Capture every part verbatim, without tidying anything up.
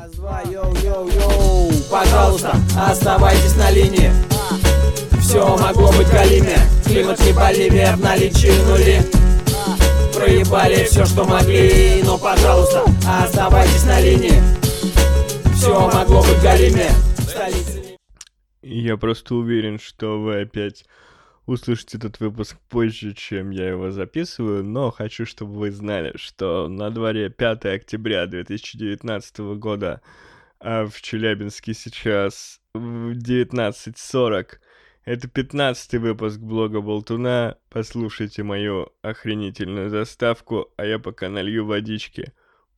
Раз-два, йоу-йоу-йоу, пожалуйста, оставайтесь на линии. Все могло быть галимее. Климат не поливее, в наличии нули. Проебали все, что могли, но, пожалуйста, оставайтесь на линии. Все могло быть галимее. Я просто уверен, что вы опять услышите этот выпуск позже, чем я его записываю, но хочу, чтобы вы знали, что на дворе пятое октября две тысячи девятнадцатого года, а в Челябинске сейчас девятнадцать сорок. Это пятнадцатый выпуск блога Болтуна. Послушайте мою охренительную заставку, а я пока налью водички.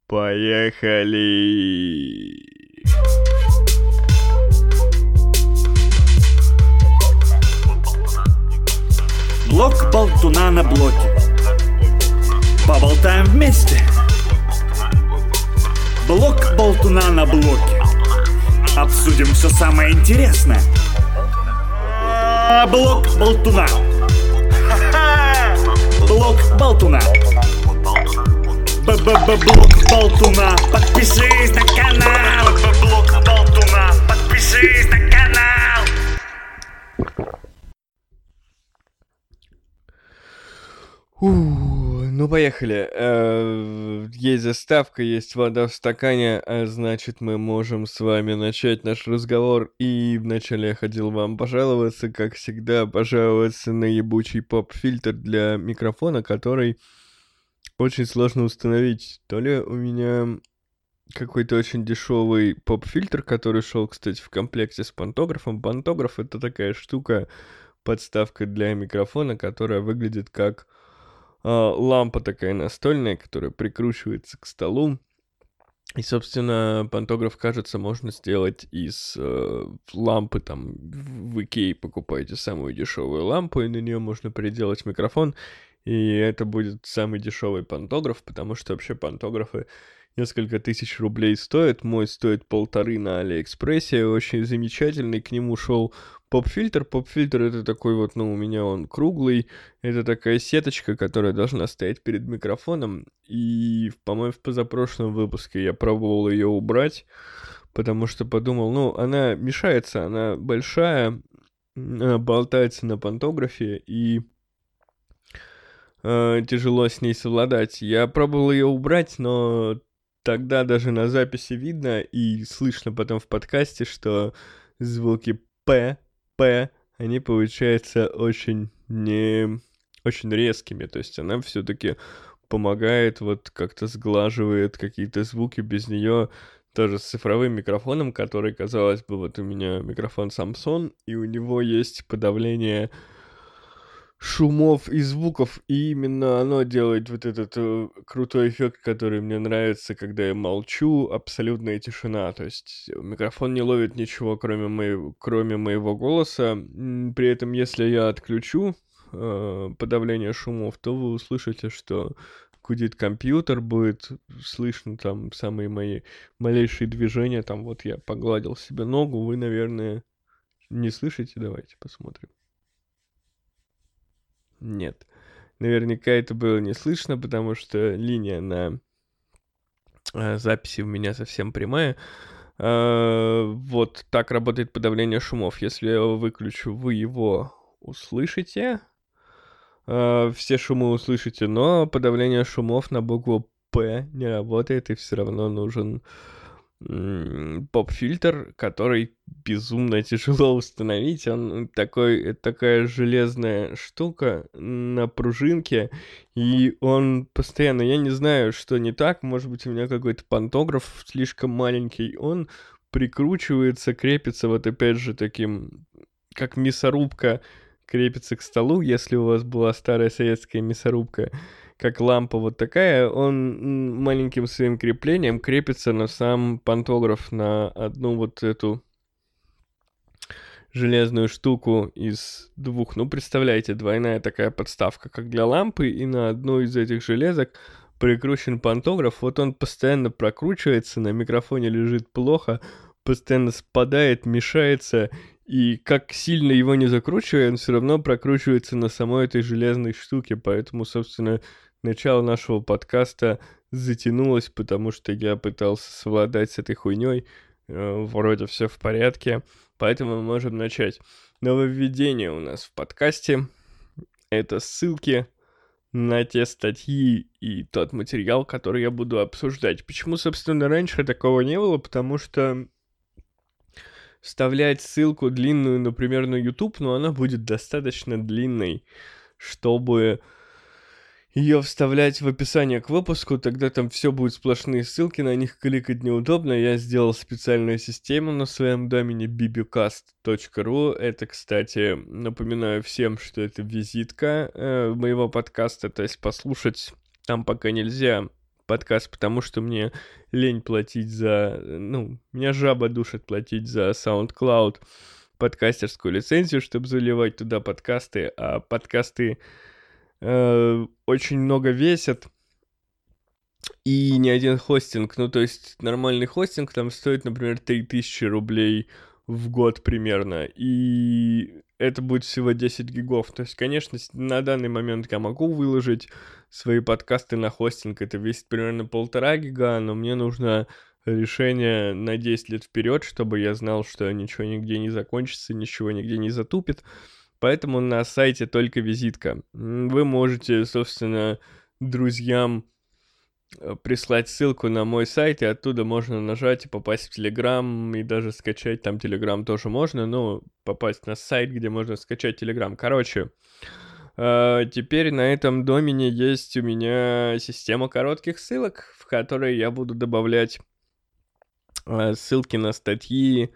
Поехали! Блок Болтуна на блоке. Поболтаем вместе. Блок Болтуна на блоке. Обсудим все самое интересное. Блок Болтуна. Блок Болтуна. Блок Болтуна. Подпишись на канал. Блок Болтуна. Подпишись на канал. Ууу, ну поехали. Э, есть заставка, есть вода в стакане, а значит мы можем с вами начать наш разговор. И вначале я хотел вам пожаловаться, как всегда, пожаловаться на ебучий поп-фильтр для микрофона, который очень сложно установить. То ли у меня какой-то очень дешевый поп-фильтр, который шел, кстати, в комплекте с пантографом. Пантограф — это такая штука, подставка для микрофона, которая выглядит как Uh, лампа такая настольная, которая прикручивается к столу. И, собственно, пантограф, кажется, можно сделать из uh, лампы. Там в Икее покупаете самую дешевую лампу, и на нее можно приделать микрофон. И это будет самый дешевый пантограф, потому что вообще пантографы несколько тысяч рублей стоят. Мой стоит полторы на Алиэкспрессе. Очень замечательный. К нему шел поп-фильтр. Поп-фильтр — это такой вот, ну, у меня он круглый. Это такая сеточка, которая должна стоять перед микрофоном. И, по-моему, в позапрошлом выпуске я пробовал ее убрать, потому что подумал, ну, она мешается, она большая, она болтается на пантографе, и э, тяжело с ней совладать. Я пробовал ее убрать, но тогда даже на записи видно и слышно потом в подкасте, что звуки «п», «п», они получаются очень не... очень резкими, то есть она все-таки помогает, вот как-то сглаживает какие-то звуки. Без нее тоже с цифровым микрофоном, который, казалось бы, вот у меня микрофон Samsung, и у него есть подавление шумов и звуков, и именно оно делает вот этот э, крутой эффект, который мне нравится, когда я молчу, абсолютная тишина, то есть микрофон не ловит ничего, кроме моего, кроме моего голоса. При этом, если я отключу э, подавление шумов, то вы услышите, что гудит компьютер, будет слышно там самые мои малейшие движения, там вот я погладил себе ногу, вы, наверное, не слышите, давайте посмотрим. Нет, наверняка это было не слышно, потому что линия на э, записи у меня совсем прямая. Э, вот так работает подавление шумов. Если я его выключу, вы его услышите. Э, все шумы услышите, но подавление шумов на букву «П» не работает, и все равно нужен поп-фильтр, который безумно тяжело установить. Он такой, такая железная штука на пружинке, и он постоянно, я не знаю, что не так, может быть, у меня какой-то пантограф слишком маленький, он прикручивается, крепится вот опять же таким, как мясорубка крепится к столу, если у вас была старая советская мясорубка, как лампа вот такая, он маленьким своим креплением крепится на сам пантограф, на одну вот эту железную штуку из двух. Ну, представляете, двойная такая подставка, как для лампы, и на одну из этих железок прикручен пантограф. Вот он постоянно прокручивается, на микрофоне лежит плохо, постоянно спадает, мешается, и как сильно его не закручивая, он все равно прокручивается на самой этой железной штуке, поэтому, собственно, начало нашего подкаста затянулось, потому что я пытался совладать с этой хуйней. Э, вроде все в порядке, поэтому мы можем начать. Нововведение у нас в подкасте — это ссылки на те статьи и тот материал, который я буду обсуждать. Почему, собственно, раньше такого не было? Потому что вставлять ссылку длинную, например, на YouTube, но она будет достаточно длинной, чтобы ее вставлять в описание к выпуску, тогда там все будет сплошные ссылки, на них кликать неудобно. Я сделал специальную систему на своем домене би би каст точка ру. Это, кстати, напоминаю всем, что это визитка э, моего подкаста, то есть послушать там пока нельзя подкаст, потому что мне лень платить за... Ну, меня жаба душит платить за SoundCloud подкастерскую лицензию, чтобы заливать туда подкасты, а подкасты э, очень много весят, и ни один хостинг, ну, то есть нормальный хостинг там стоит, например, три тысячи рублей в год примерно, и это будет всего десять гигов. То есть, конечно, на данный момент я могу выложить свои подкасты на хостинг, это весит примерно полтора гига, но мне нужно решение на десять лет вперед, чтобы я знал, что ничего нигде не закончится, ничего нигде не затупит. Поэтому на сайте только визитка. Вы можете, собственно, друзьям прислать ссылку на мой сайт, и оттуда можно нажать и попасть в Телеграм, и даже скачать там Телеграм тоже можно, но попасть на сайт, где можно скачать Телеграм. Короче, теперь на этом домене есть у меня система коротких ссылок, в которой я буду добавлять ссылки на статьи,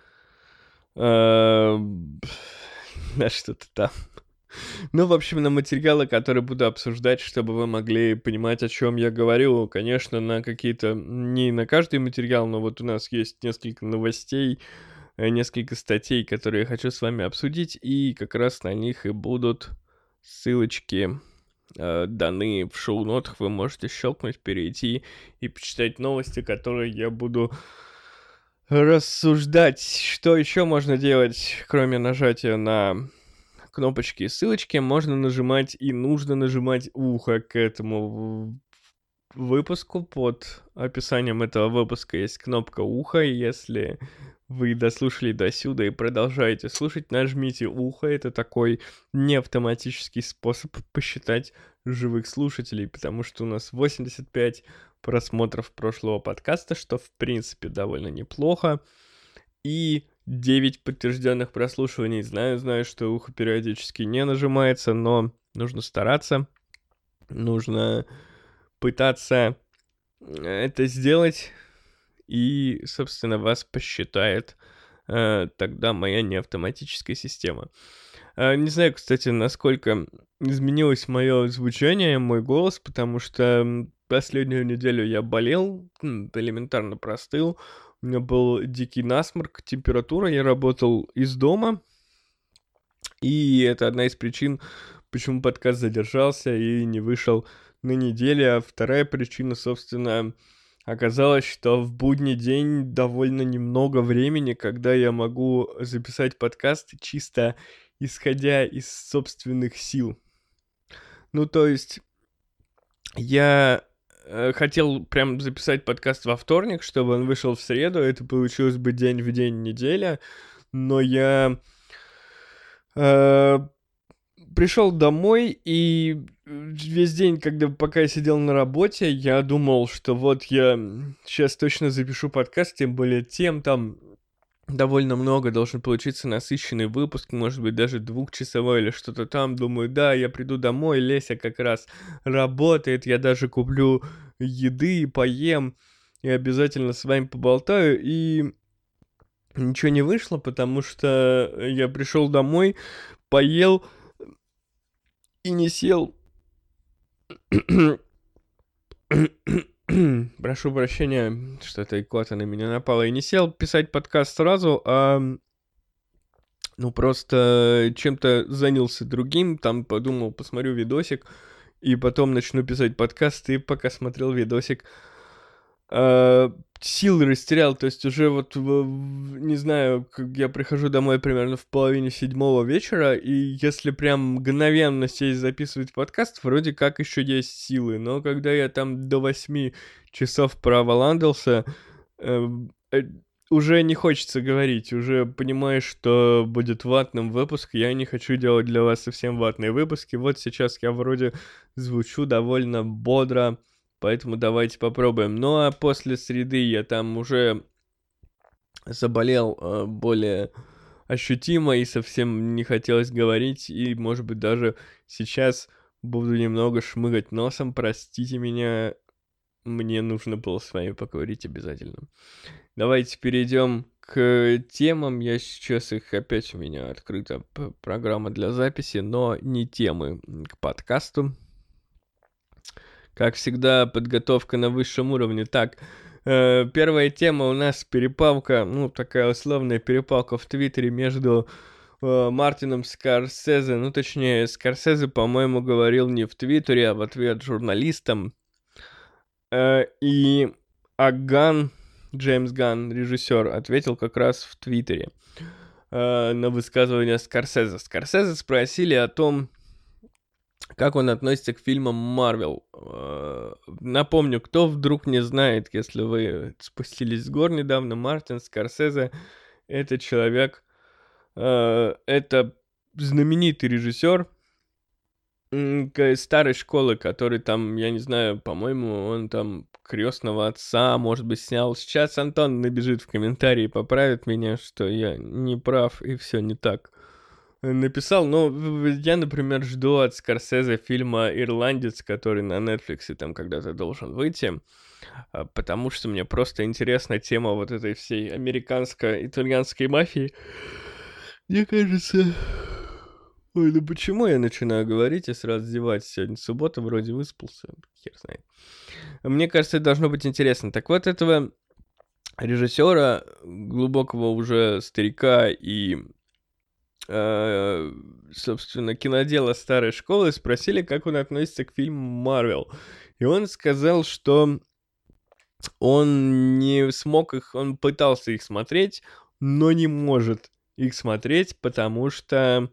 на что-то там. Ну, в общем, на материалы, которые буду обсуждать, чтобы вы могли понимать, о чем я говорю. Конечно, на какие-то... Не на каждый материал, но вот у нас есть несколько новостей, несколько статей, которые я хочу с вами обсудить, и как раз на них и будут ссылочки э, даны в шоу-нотах. Вы можете щелкнуть, перейти и почитать новости, которые я буду рассуждать. Что еще можно делать, кроме нажатия на кнопочки и ссылочки? Можно нажимать и нужно нажимать ухо к этому выпуску. Под описанием этого выпуска есть кнопка ухо. Если вы дослушали до сюда и продолжаете слушать, нажмите ухо. Это такой неавтоматический способ посчитать живых слушателей, потому что у нас восемьдесят пять просмотров прошлого подкаста, что в принципе довольно неплохо. И девять подтвержденных прослушиваний. Знаю, знаю, что ухо периодически не нажимается, но нужно стараться. Нужно пытаться это сделать. И, собственно, вас посчитает э, тогда моя неавтоматическая система. Э, не знаю, кстати, насколько изменилось мое звучание, мой голос, потому что последнюю неделю я болел, элементарно простыл. У меня был дикий насморк, температура, я работал из дома, и это одна из причин, почему подкаст задержался и не вышел на неделю. А вторая причина, собственно, оказалось, что в будний день довольно немного времени, когда я могу записать подкаст чисто исходя из собственных сил. Ну, то есть, я хотел прям записать подкаст во вторник, чтобы он вышел в среду, это получилось бы день в день неделя, но я э, пришел домой, и весь день, когда пока я сидел на работе, я думал, что вот я сейчас точно запишу подкаст, тем более тем там довольно много, должен получиться насыщенный выпуск, может быть, даже двухчасовой или что-то там. Думаю, да, я приду домой, Леся как раз работает, я даже куплю еды, поем и обязательно с вами поболтаю. И ничего не вышло, потому что я пришел домой, поел и не сел. Прошу прощения, что-то икота на меня напала. И не сел писать подкаст сразу, а ну просто чем-то занялся другим. Там подумал, посмотрю видосик, и потом начну писать подкаст. И пока смотрел видосик, э, силы растерял, то есть уже вот, в- в- не знаю, как я прихожу домой примерно в половине седьмого вечера, и если прям мгновенно сесть записывать подкаст, вроде как еще есть силы, но когда я там до восьми часов проволандался, э, э, уже не хочется говорить, уже понимаешь, что будет ватным выпуск, я не хочу делать для вас совсем ватные выпуски, вот сейчас я вроде звучу довольно бодро, поэтому давайте попробуем. Ну а после среды я там уже заболел э, более ощутимо и совсем не хотелось говорить, и может быть даже сейчас буду немного шмыгать носом, простите меня, мне нужно было с вами поговорить обязательно. Давайте перейдем к темам. Я сейчас их опять у меня открыта п- программа для записи, но не темы к подкасту. Как всегда, подготовка на высшем уровне. Так, э, первая тема у нас перепалка, ну, такая условная перепалка в Твиттере между э, Мартином Скорсезе, ну, точнее, Скорсезе, по-моему, говорил не в Твиттере, а в ответ журналистам. Э, и а Ганн, Джеймс Ганн, режиссер, ответил как раз в Твиттере э, на высказывание Скорсезе. Скорсезе спросили о том, как он относится к фильмам Марвел. Э, Напомню, кто вдруг не знает, если вы спустились с гор недавно, Мартин Скорсезе — это человек, э, это знаменитый режиссер м, к- старой школы, который там, я не знаю, по-моему, он там «Крестного отца», может быть, снял. Сейчас Антон набежит в комментарии и поправит меня, что я не прав и все не так написал. Но в- в- я, например, жду от Скорсезе фильма «Ирландец», который на Netflix там когда-то должен выйти, а, потому что мне просто интересна тема вот этой всей американско-итальянской мафии. Мне кажется... Ой, ну почему я начинаю говорить и сразу зевать? Сегодня суббота, вроде выспался, хер знает. Мне кажется, это должно быть интересно. Так вот, этого режиссера, глубокого уже старика и, э, собственно, кинодела старой школы, спросили, как он относится к фильму «Марвел». И он сказал, что он не смог их, он пытался их смотреть, но не может их смотреть, потому что...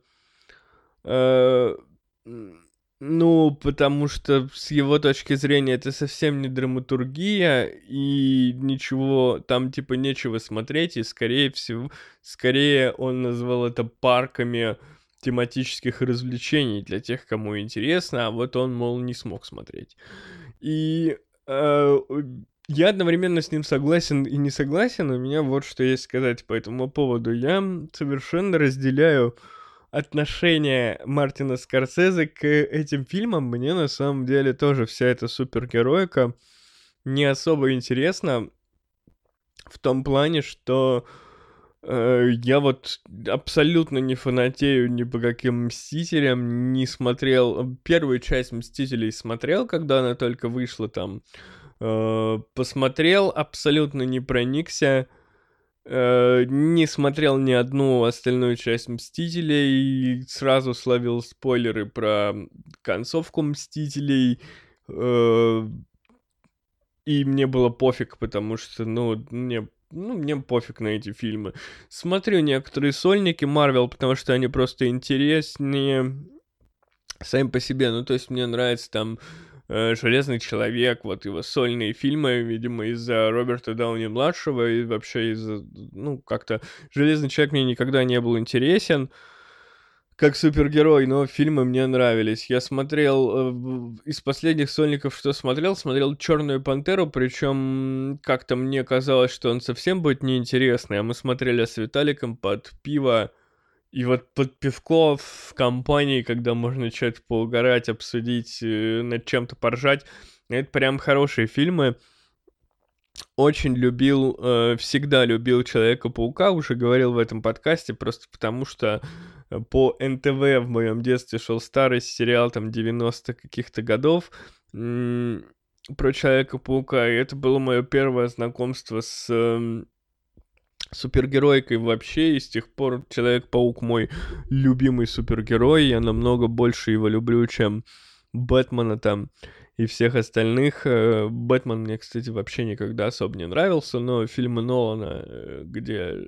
э, м, ну, потому что с его точки зрения это совсем не драматургия, и ничего, там типа нечего смотреть, и скорее всего, скорее он назвал это парками тематических развлечений для тех, кому интересно, а вот он, мол, не смог смотреть. И э, я одновременно с ним согласен и не согласен, у меня вот что есть сказать по этому поводу. Я совершенно разделяю отношение Мартина Скорсезе к этим фильмам. Мне на самом деле тоже вся эта супергероика не особо интересна в том плане, что э, я вот абсолютно не фанатею ни по каким Мстителям, не смотрел... Первую часть Мстителей смотрел, когда она только вышла там. Э, посмотрел, абсолютно не проникся. Э, не смотрел ни одну остальную часть Мстителей, и сразу словил спойлеры про концовку Мстителей, э, и мне было пофиг, потому что, ну, мне, ну, мне пофиг на эти фильмы. Смотрю некоторые сольники Марвел, потому что они просто интереснее сами по себе. Ну, то есть мне нравится там э, Железный человек, вот его сольные фильмы, видимо, из-за Роберта Дауни-младшего, и вообще из-за, ну, как-то Железный человек мне никогда не был интересен как супергерой, но фильмы мне нравились. Я смотрел э, в- из последних сольников, что смотрел, смотрел Черную пантеру, причем как-то мне казалось, что он совсем будет неинтересный, а мы смотрели с Виталиком под пиво. И вот под пивко в компании, когда можно что-то поугарать, обсудить, э, над чем-то поржать, это прям хорошие фильмы. Очень любил, э, всегда любил Человека-паука, уже говорил в этом подкасте, просто потому что э, по эн тэ вэ в моем детстве шел старый сериал там девяностых каких-то годов м, про Человека-паука, и это было мое первое знакомство с эм, супергеройкой вообще, и с тех пор Человек-паук мой любимый супергерой, я намного больше его люблю, чем Бэтмена там и всех остальных. Э, Бэтмен мне, кстати, вообще никогда особо не нравился, но фильмы Нолана, э, где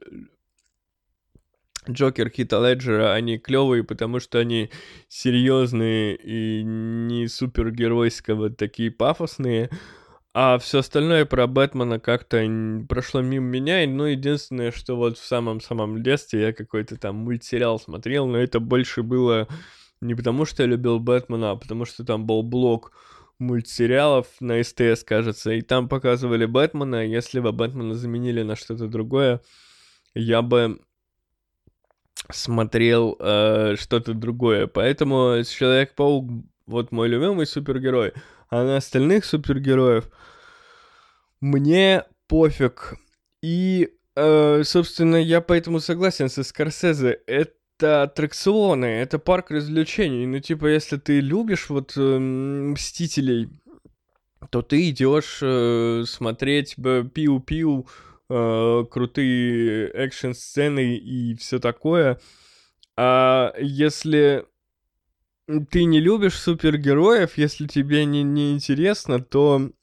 Джокер Хита Леджера, они клевые, потому что они серьезные и не супергеройского такие пафосные. А все остальное про Бэтмена как-то н- прошло мимо меня. И, ну, единственное, что вот в самом-самом детстве я какой-то там мультсериал смотрел, но это больше было не потому, что я любил Бэтмена, а потому что там был блок мультсериалов на СТС, кажется, и там показывали Бэтмена. Если бы Бэтмена заменили на что-то другое, я бы смотрел э, что-то другое. Поэтому Человек-паук вот мой любимый супергерой, а на остальных супергероев мне пофиг. И, э, собственно, я поэтому согласен со Скорсезе. Это аттракционы, это парк развлечений. Ну, типа, если ты любишь вот э, Мстителей, то ты идешь э, смотреть б- пиу-пиу, э, крутые экшн-сцены и все такое. А если ты не любишь супергероев, если тебе не, не интересно, то,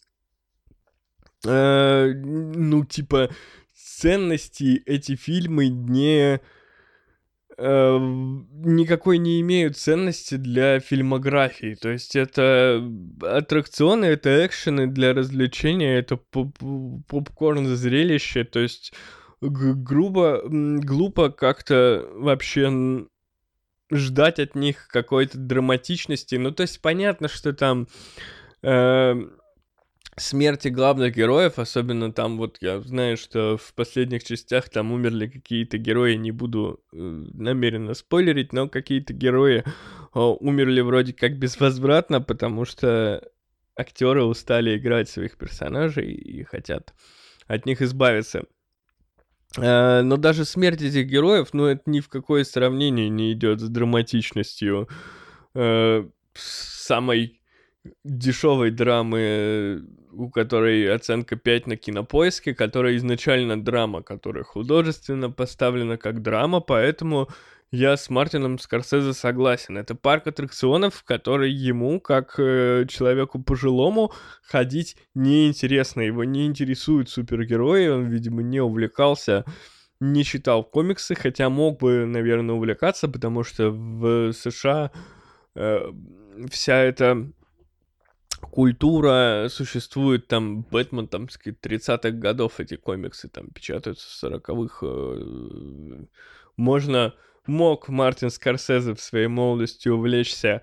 э, ну, типа, ценности эти фильмы не... э, никакой не имеют ценности для фильмографии. То есть это аттракционы, это экшены для развлечения, это поп- попкорн зрелище. То есть г- грубо, м, глупо как-то вообще н- ждать от них какой-то драматичности. Ну, то есть понятно, что там э, смерти главных героев, особенно там вот я знаю, что в последних частях там умерли какие-то герои, не буду э, намеренно спойлерить, но какие-то герои э, умерли вроде как безвозвратно, потому что актеры устали играть своих персонажей и хотят от них избавиться. Э, но даже смерть этих героев, ну, это ни в какое сравнение не идет с драматичностью э, самой дешевой драмы, э, у которой оценка пять на Кинопоиске, которая изначально драма, которая художественно поставлена как драма, поэтому я с Мартином Скорсезе согласен. Это парк аттракционов, в который ему, как э, человеку пожилому, ходить неинтересно. Его не интересуют супергерои, он, видимо, не увлекался, не читал комиксы, хотя мог бы, наверное, увлекаться, потому что в США э, вся эта культура существует, там, Бэтмен, там, с тридцатых годов эти комиксы там печатаются, с сороковых. э, Можно, мог Мартин Скорсезе в своей молодости увлечься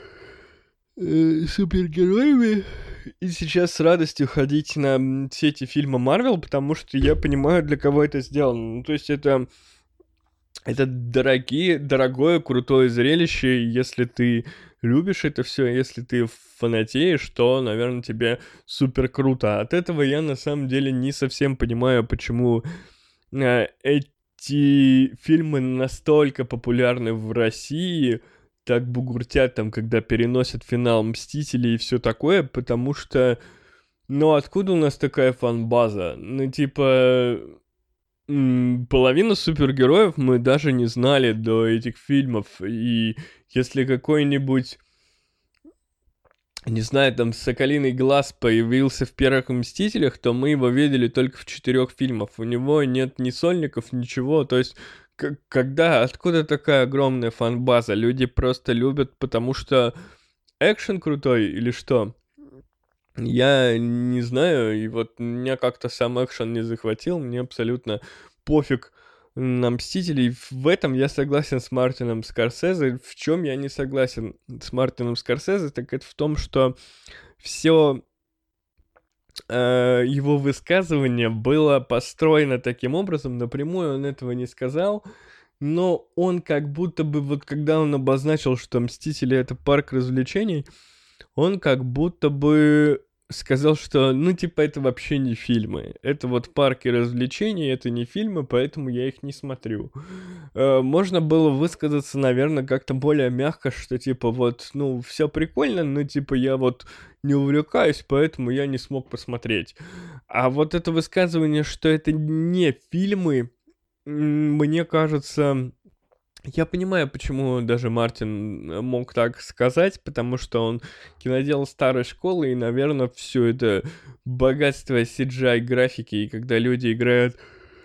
э, супергероями и сейчас с радостью ходить на м, все эти фильмы Марвел, потому что я понимаю, для кого это сделано. Ну, то есть это это дорогие, дорогое, крутое зрелище. И если ты любишь это все, если ты фанатеешь, то, наверное, тебе супер круто. От этого я на самом деле не совсем понимаю, почему э, эти фильмы настолько популярны в России, так бугуртят там, когда переносят финал Мстителей и все такое, потому что, ну, откуда у нас такая фан-база? Ну, типа, М, половину супергероев мы даже не знали до этих фильмов. И если какой-нибудь, не знаю, там, Соколиный Глаз появился в первых Мстителях, то мы его видели только в четырех фильмах. У него нет ни сольников, ничего. То есть, к- когда, откуда такая огромная фан-база? Люди просто любят, потому что экшен крутой или что? Я не знаю, и вот меня как-то сам экшен не захватил, мне абсолютно пофиг на Мстителей. В этом я согласен с Мартином Скорсезе. В чем я не согласен с Мартином Скорсезе, так это в том, что все его высказывание было построено таким образом, напрямую он этого не сказал, но он как будто бы, вот когда он обозначил, что Мстители — это парк развлечений, он как будто бы сказал, что, ну, типа, это вообще не фильмы. Это вот парки развлечений, это не фильмы, поэтому я их не смотрю. Э, Можно было высказаться, наверное, как-то более мягко, что, типа, вот, ну, все прикольно, но, типа, я вот не увлекаюсь, поэтому я не смог посмотреть. А вот это высказывание, что это не фильмы, м, мне кажется, Я понимаю, почему даже Мартин э, мог так сказать, потому что он кинодел старой школы, и, наверное, все это богатство си джи ай-графики, и когда люди играют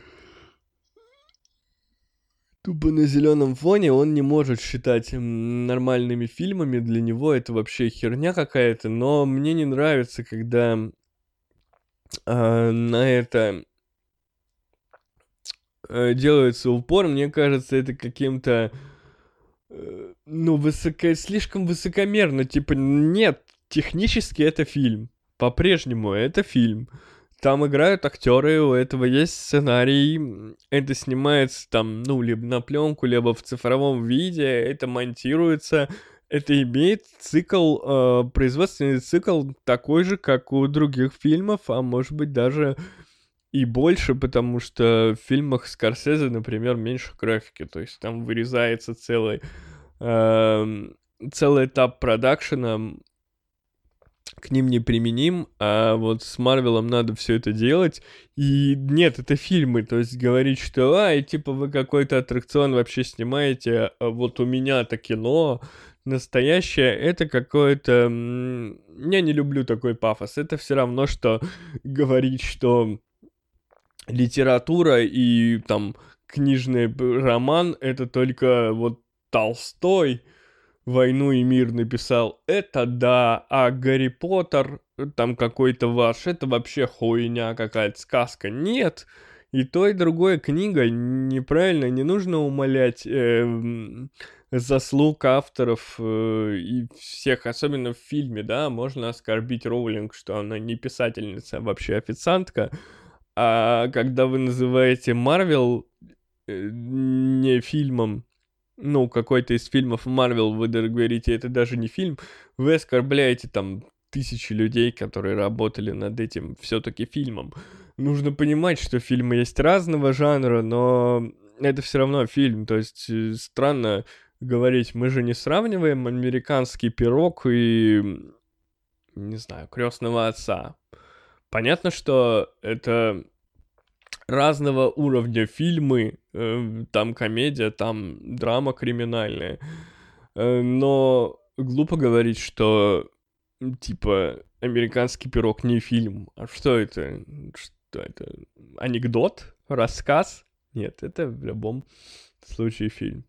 тупо на зеленом фоне, он не может считать м, нормальными фильмами, для него это вообще херня какая-то, но мне не нравится, когда а, на это э, делается упор, мне кажется, это каким-то, э, ну, высоко, слишком высокомерно, типа, нет, технически это фильм, по-прежнему это фильм. Там играют актеры, у этого есть сценарий, м, это снимается там, ну, либо на пленку, либо в цифровом виде, это монтируется, это имеет цикл, э, производственный цикл такой же, как у других фильмов, а может быть даже и больше, потому что в фильмах Скорсезе, например, меньше графики, то есть там вырезается целый, эм, целый этап продакшена, м, к ним не применим, а вот с Марвелом надо все это делать. И нет, это фильмы, то есть говорить, что, ай, типа вы какой-то аттракцион вообще снимаете, а вот у меня-то кино настоящее, это какое-то... м, Я не люблю такой пафос. Это все равно, что говорить, что литература и там книжный б- роман это только вот Толстой «Войну и мир» написал, это да, а Гарри Поттер, э, там какой-то ваш, это вообще хуйня какая-то, сказка. Нет, и то, и другое книга, неправильно, не нужно умалять эм, заслуг авторов э, и всех, особенно в фильме, да, можно оскорбить Роулинг, что она не писательница, а вообще официантка, а когда вы называете Марвел э, не фильмом, ну, какой-то из фильмов Марвел, вы даже говорите, это даже не фильм, вы оскорбляете там тысячи людей, которые работали над этим все-таки фильмом. Нужно понимать, что фильмы есть разного жанра, но это все равно фильм. То есть э, странно говорить, мы же не сравниваем американский пирог и, м, не знаю, крестного отца. Понятно, что это разного уровня фильмы, э, там комедия, там драма криминальная. Э, но глупо говорить, что м, типа американский пирог не фильм. А что это? Что это? Анекдот? Рассказ? Нет, это в любом случае фильм.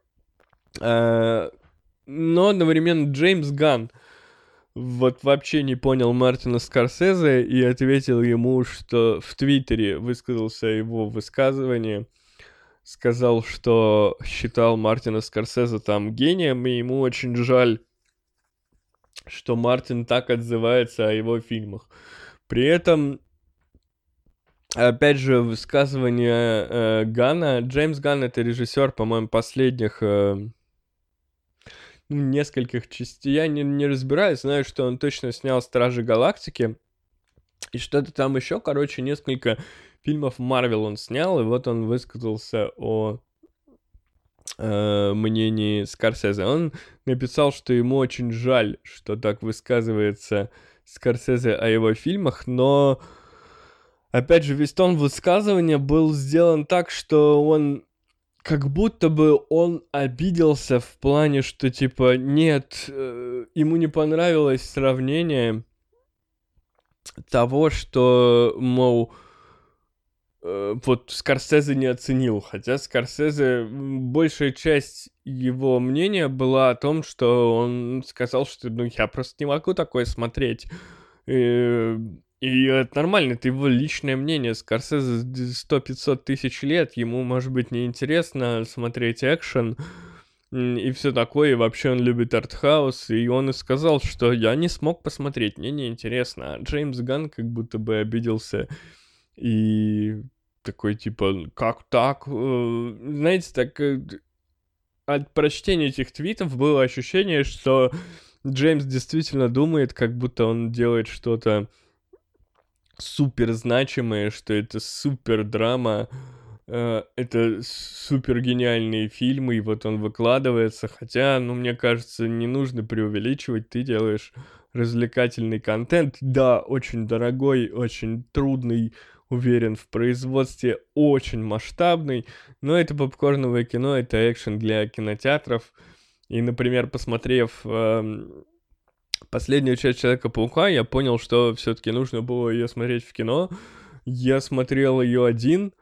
Э, но одновременно Джеймс Ганн вот вообще не понял Мартина Скорсезе и ответил ему, что в Твиттере высказался его высказывание, сказал, что считал Мартина Скорсезе там гением, и ему очень жаль, что Мартин так отзывается о его фильмах. При этом, опять же, высказывание э, Ганна, Джеймс Ганн — это режиссер, по-моему, последних... э, ну, нескольких частей. Я не, не разбираюсь, знаю, что он точно снял «Стражи Галактики» и что-то там еще, короче, несколько фильмов Марвел он снял, и вот он высказался о э, мнении Скорсезе. Он написал, что ему очень жаль, что так высказывается Скорсезе о его фильмах, но, опять же, весь тон высказывания был сделан так, что он как будто бы он обиделся в плане, что типа нет, э, ему не понравилось сравнение того, что, мол, э, вот Скорсезе не оценил. Хотя Скорсезе, м, большая часть его мнения была о том, что он сказал, что ну я просто не могу такое смотреть. Э, И это нормально, это его личное мнение. Скорсезе сто-пятьсот тысяч лет, ему, может быть, неинтересно смотреть экшен м, и все такое, и вообще он любит артхаус, и он и сказал, что я не смог посмотреть, мне неинтересно. А Джеймс Ганн как будто бы обиделся и такой, типа, как так? Э, Знаете, так э, от прочтения этих твитов было ощущение, что Джеймс действительно думает, как будто он делает что-то супер значимое, что это супер драма, э, это супер гениальные фильмы, и вот он выкладывается, хотя, ну, мне кажется, не нужно преувеличивать, ты делаешь развлекательный контент, да, очень дорогой, очень трудный, уверен, в производстве очень масштабный, но это попкорновое кино, это экшен для кинотеатров. И, например, посмотрев э, последнюю часть Человека-паука, я понял, что все-таки нужно было ее смотреть в кино. Я смотрел ее один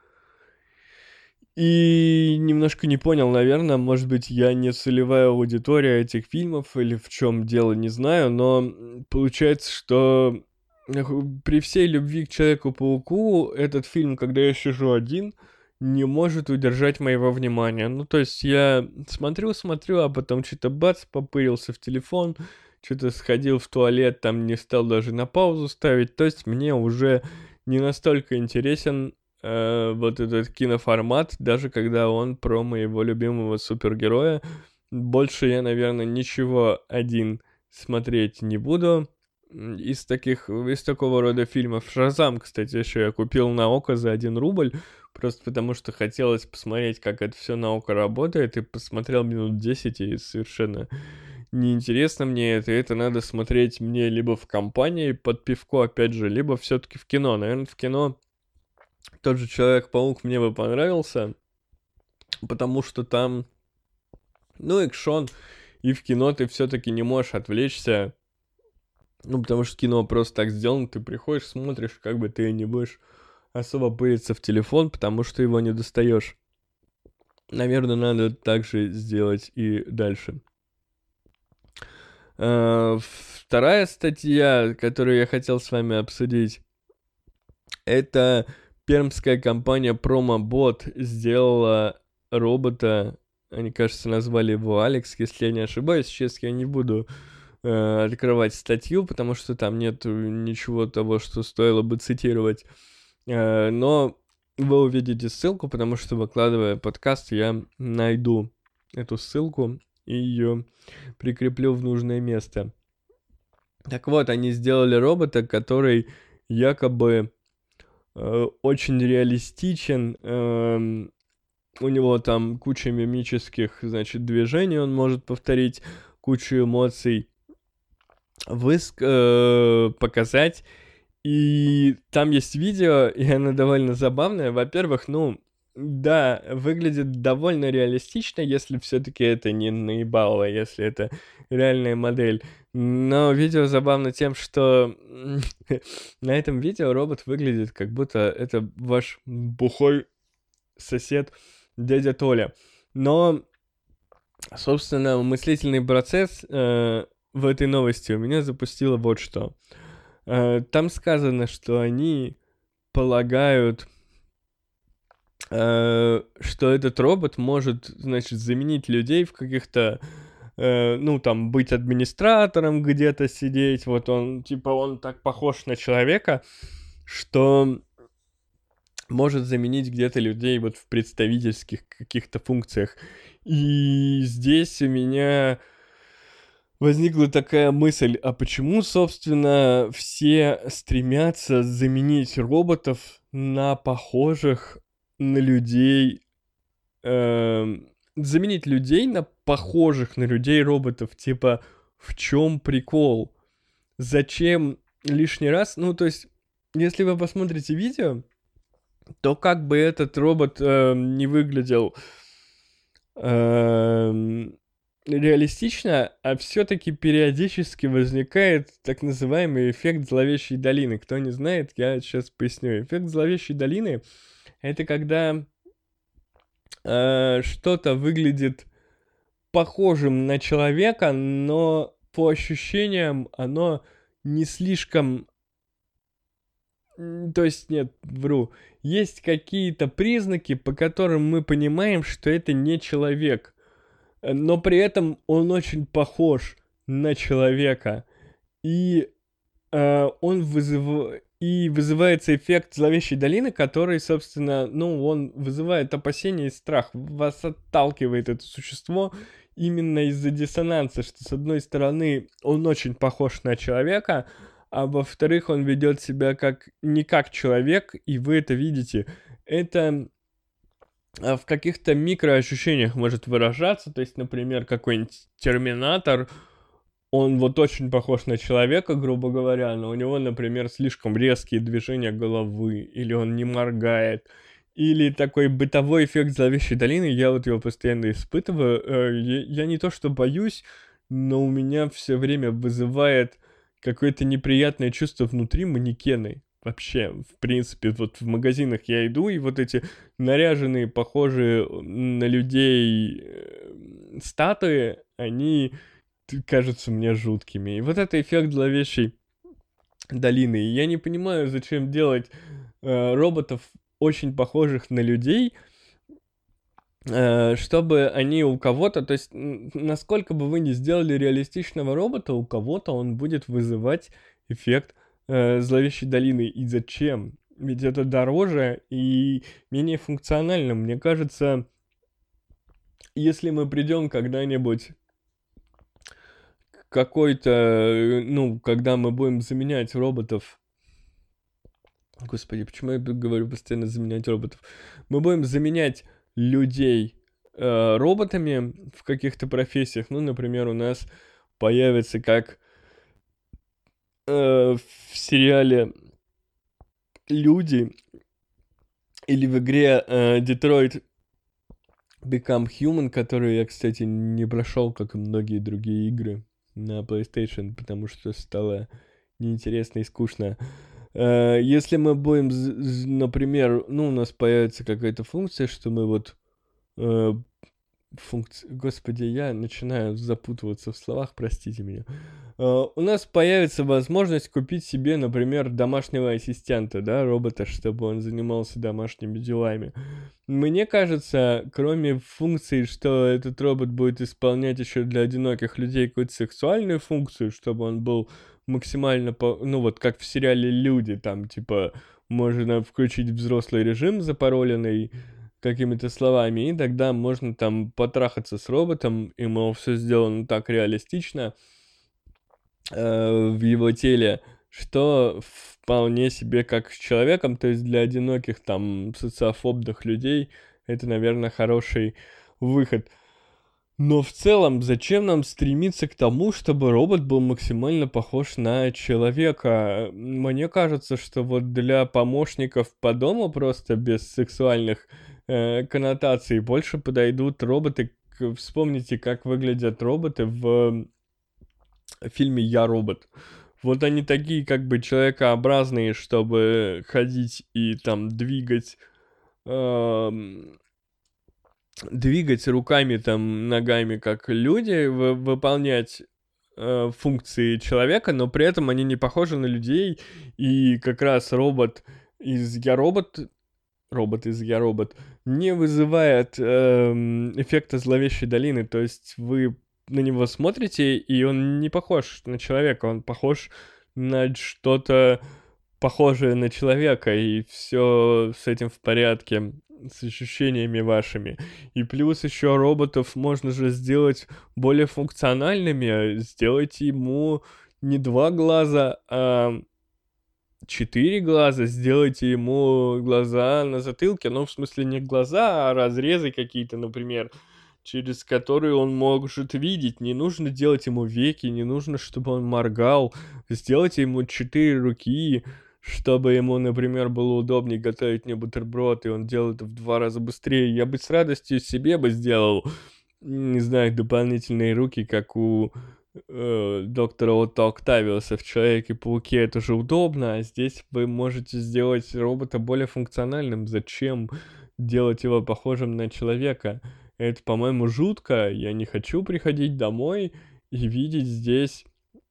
и немножко не понял, наверное, может быть, я не целевая аудитория этих фильмов или в чем дело, не знаю, но получается, что при всей любви к Человеку-пауку этот фильм, когда я сижу один, не может удержать моего внимания. Ну, то есть я смотрю, смотрю, а потом что-то бац, попырился в телефон, что-то сходил в туалет, там не стал даже на паузу ставить. То есть мне уже не настолько интересен э, вот этот киноформат, даже когда он про моего любимого супергероя. Больше я, наверное, ничего один смотреть не буду из таких, из такого рода фильмов. Шазам, кстати, еще я купил на Око за один рубль, просто потому что хотелось посмотреть, как это все на Око работает, и посмотрел минут десять, и совершенно неинтересно мне это. Это надо смотреть мне либо в компании под пивко, опять же, либо все-таки в кино. Наверное, в кино тот же Человек-паук мне бы понравился, потому что там, ну, экшон, и в кино ты все-таки не можешь отвлечься. Ну, потому что кино просто так сделано, ты приходишь, смотришь, как бы ты не будешь особо пылиться в телефон, потому что его не достаешь. Наверное, надо так же сделать и дальше. Uh, вторая статья, которую я хотел с вами обсудить, это пермская компания PromoBot сделала робота, они, кажется, назвали его Алекс, если я не ошибаюсь. Сейчас я не буду uh, открывать статью, потому что там нет ничего того, что стоило бы цитировать, uh, но вы увидите ссылку, потому что, выкладывая подкаст, я найду эту ссылку и ее прикреплю в нужное место. Так вот, они сделали робота, который якобы э, очень реалистичен. Э, у него там куча мимических, значит, движений, он может повторить кучу эмоций, выск э, показать. И там есть видео, и оно довольно забавное. Во-первых, ну, да, выглядит довольно реалистично, если все-таки это не наебалово, если это реальная модель. Но видео забавно тем, что на этом видео робот выглядит, как будто это ваш бухой сосед дядя Толя. Но, собственно, мыслительный процесс э, в этой новости у меня запустило вот что. Э, там сказано, что они полагают, что этот робот может, значит, заменить людей в каких-то, э, ну, там, быть администратором где-то сидеть, вот он, типа, он так похож на человека, что может заменить где-то людей вот в представительских каких-то функциях. И здесь у меня возникла такая мысль, а почему, собственно, все стремятся заменить роботов на похожих на людей, э, заменить людей на похожих на людей роботов, типа, в чем прикол? Зачем лишний раз? Ну, то есть, если вы посмотрите видео, то как бы этот робот э, не выглядел э, реалистично, а все-таки периодически возникает так называемый эффект зловещей долины. Кто не знает, я сейчас поясню. Эффект зловещей долины — это когда э, что-то выглядит похожим на человека, но по ощущениям оно не слишком... То есть, нет, вру. Есть какие-то признаки, по которым мы понимаем, что это не человек. Но при этом он очень похож на человека. И э, он вызывает... И вызывается эффект зловещей долины, который, собственно, ну, он вызывает опасения и страх. Вас отталкивает это существо именно из-за диссонанса, что, с одной стороны, он очень похож на человека, а во-вторых, он ведет себя как не как человек, и вы это видите. Это в каких-то микроощущениях может выражаться, то есть, например, какой-нибудь терминатор, он вот очень похож на человека, грубо говоря, но у него, например, слишком резкие движения головы, или он не моргает, или такой бытовой эффект зловещей долины, я вот его постоянно испытываю. Э, я, я не то что боюсь, но у меня все время вызывает какое-то неприятное чувство внутри манекены. Вообще, в принципе, вот в магазинах я иду, и вот эти наряженные, похожие на людей э, статуи, они т- кажутся мне жуткими. И вот это эффект зловещей долины. И я не понимаю, зачем делать э, роботов, очень похожих на людей, э, чтобы они у кого-то, то есть н- насколько бы вы ни сделали реалистичного робота, у кого-то он будет вызывать эффект э, зловещей долины. И зачем? Ведь это дороже и менее функционально. Мне кажется, если мы придем когда-нибудь к какой-то, э, ну, когда мы будем заменять роботов. Господи, почему я б- говорю постоянно заменять роботов? Мы будем заменять людей э, роботами в каких-то профессиях. Ну, например, у нас появится как э, в сериале «Люди» или в игре э, Detroit Become Human, которую я, кстати, не прошел, как и многие другие игры на PlayStation, потому что стало неинтересно и скучно. Э, Если мы будем, з- з- например, ну, у нас появится какая-то функция, что мы вот э, функция... Господи, я начинаю запутываться в словах, простите меня. Э, У нас появится возможность купить себе, например, домашнего ассистента, да, робота, чтобы он занимался домашними делами. Мне кажется, кроме функции, что этот робот будет исполнять еще для одиноких людей какую-то сексуальную функцию, чтобы он был максимально, по... ну вот как в сериале «Люди», там типа можно включить взрослый режим запароленный какими-то словами, и тогда можно там потрахаться с роботом, и, мол, все сделано так реалистично э, в его теле, что вполне себе как с человеком, то есть для одиноких там социофобных людей это, наверное, хороший выход. Но в целом, зачем нам стремиться к тому, чтобы робот был максимально похож на человека? Мне кажется, что вот для помощников по дому просто без сексуальных э, коннотаций больше подойдут роботы. К- Вспомните, как выглядят роботы в фильме «Я робот». Вот они такие как бы человекообразные, чтобы ходить и там двигать эм, двигать руками, там, ногами, как люди, вы- выполнять э, функции человека, но при этом они не похожи на людей, и как раз робот из «Я робот», робот из «Я робот» не вызывает эм, эффекта зловещей долины, то есть вы на него смотрите, и он не похож на человека, он похож на что-то похожее на человека, и все с этим в порядке, с ощущениями вашими. И плюс еще роботов можно же сделать более функциональными, сделать ему не два глаза, а четыре глаза, сделайте ему глаза на затылке, ну, в смысле, не глаза, а разрезы какие-то, например, через которые он может видеть. Не нужно делать ему веки, не нужно, чтобы он моргал. Сделайте ему четыре руки, чтобы ему, например, было удобнее готовить мне бутерброд, и он делает это в два раза быстрее. Я бы с радостью себе бы сделал, не знаю, дополнительные руки, как у э, доктора Отто Октавиуса в Человеке-пауке. Это же удобно, а здесь вы можете сделать робота более функциональным. Зачем делать его похожим на человека? Это, по-моему, жутко. Я не хочу приходить домой и видеть здесь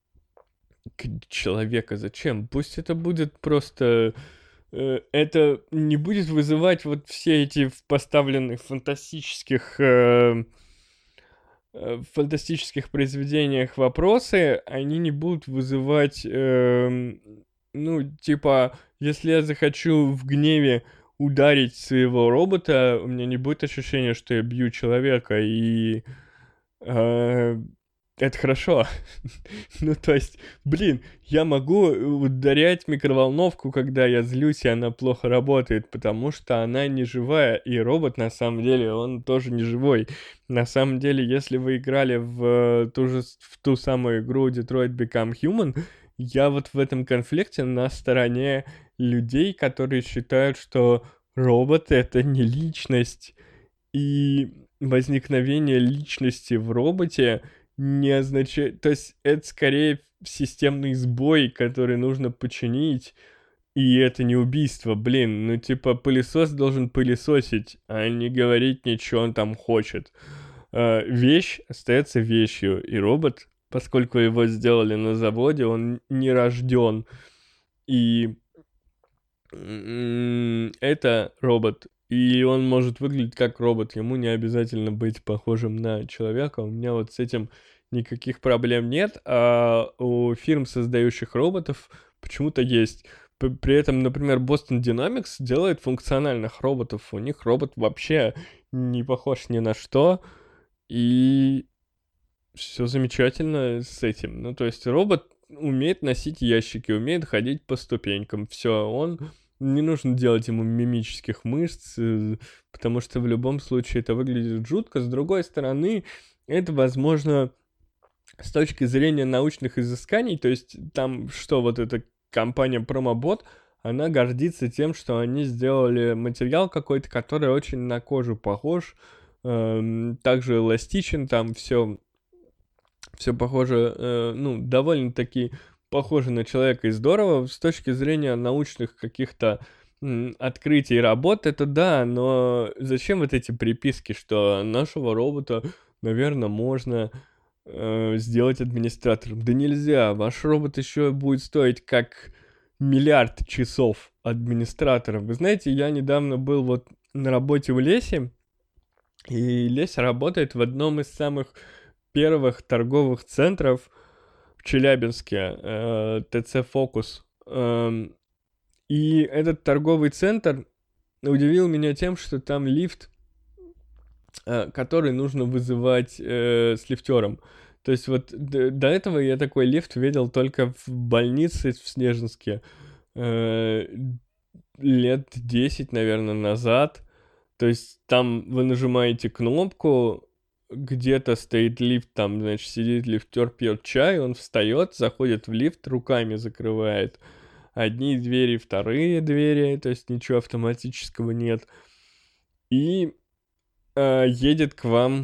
к- человека. Зачем? Пусть это будет просто... э, Это не будет вызывать вот все эти в поставленных фантастических... э, э, в фантастических произведениях вопросы, они не будут вызывать, эм, ну, типа, если я захочу в гневе ударить своего робота, у меня не будет ощущения, что я бью человека, и э, это хорошо. Ну, то есть, блин, я могу ударять микроволновку, когда я злюсь, и она плохо работает, потому что она не живая, и робот, на самом деле, он тоже не живой. На самом деле, если вы играли в ту же, в ту самую игру Detroit Become Human, я вот в этом конфликте на стороне людей, которые считают, что робот — это не личность, и возникновение личности в роботе не означает... То есть это скорее системный сбой, который нужно починить, и это не убийство. Блин, ну типа пылесос должен пылесосить, а не говорить ничего он там хочет. Э, вещь остается вещью, и робот, поскольку его сделали на заводе, он не рожден. И м, это робот. И он может выглядеть как робот. Ему не обязательно быть похожим на человека. У меня вот с этим никаких проблем нет. А у фирм, создающих роботов, почему-то есть. П- При этом, например, Boston Dynamics делает функциональных роботов. У них робот вообще не похож ни на что. И все замечательно с этим. Ну, то есть робот умеет носить ящики, умеет ходить по ступенькам. Все, он... Не нужно делать ему мимических мышц, э, потому что в любом случае это выглядит жутко. С другой стороны, это, возможно, с точки зрения научных изысканий, то есть там, что вот эта компания Promobot, она гордится тем, что они сделали материал какой-то, который очень на кожу похож, эм, также эластичен, там все, все похоже, э, ну, довольно-таки похоже на человека и здорово. С точки зрения научных каких-то м, открытий и работ, это да, но зачем вот эти приписки, что нашего робота, наверное, можно э, сделать администратором? Да нельзя, ваш робот еще будет стоить как миллиард часов администратора. Вы знаете, я недавно был вот на работе у Леси, и Леся работает в одном из самых первых торговых центров в Челябинске, э, ТЦ «Фокус». Эм, и этот торговый центр удивил меня тем, что там лифт, э, который нужно вызывать э, с лифтером. То есть вот д- до этого я такой лифт видел только в больнице в Снежинске э, лет десять, наверное, назад. То есть там вы нажимаете кнопку, где-то стоит лифт, там, значит, сидит лифтер, пьет чай, он встает, заходит в лифт, руками закрывает одни двери, вторые двери, то есть ничего автоматического нет. И э, едет к вам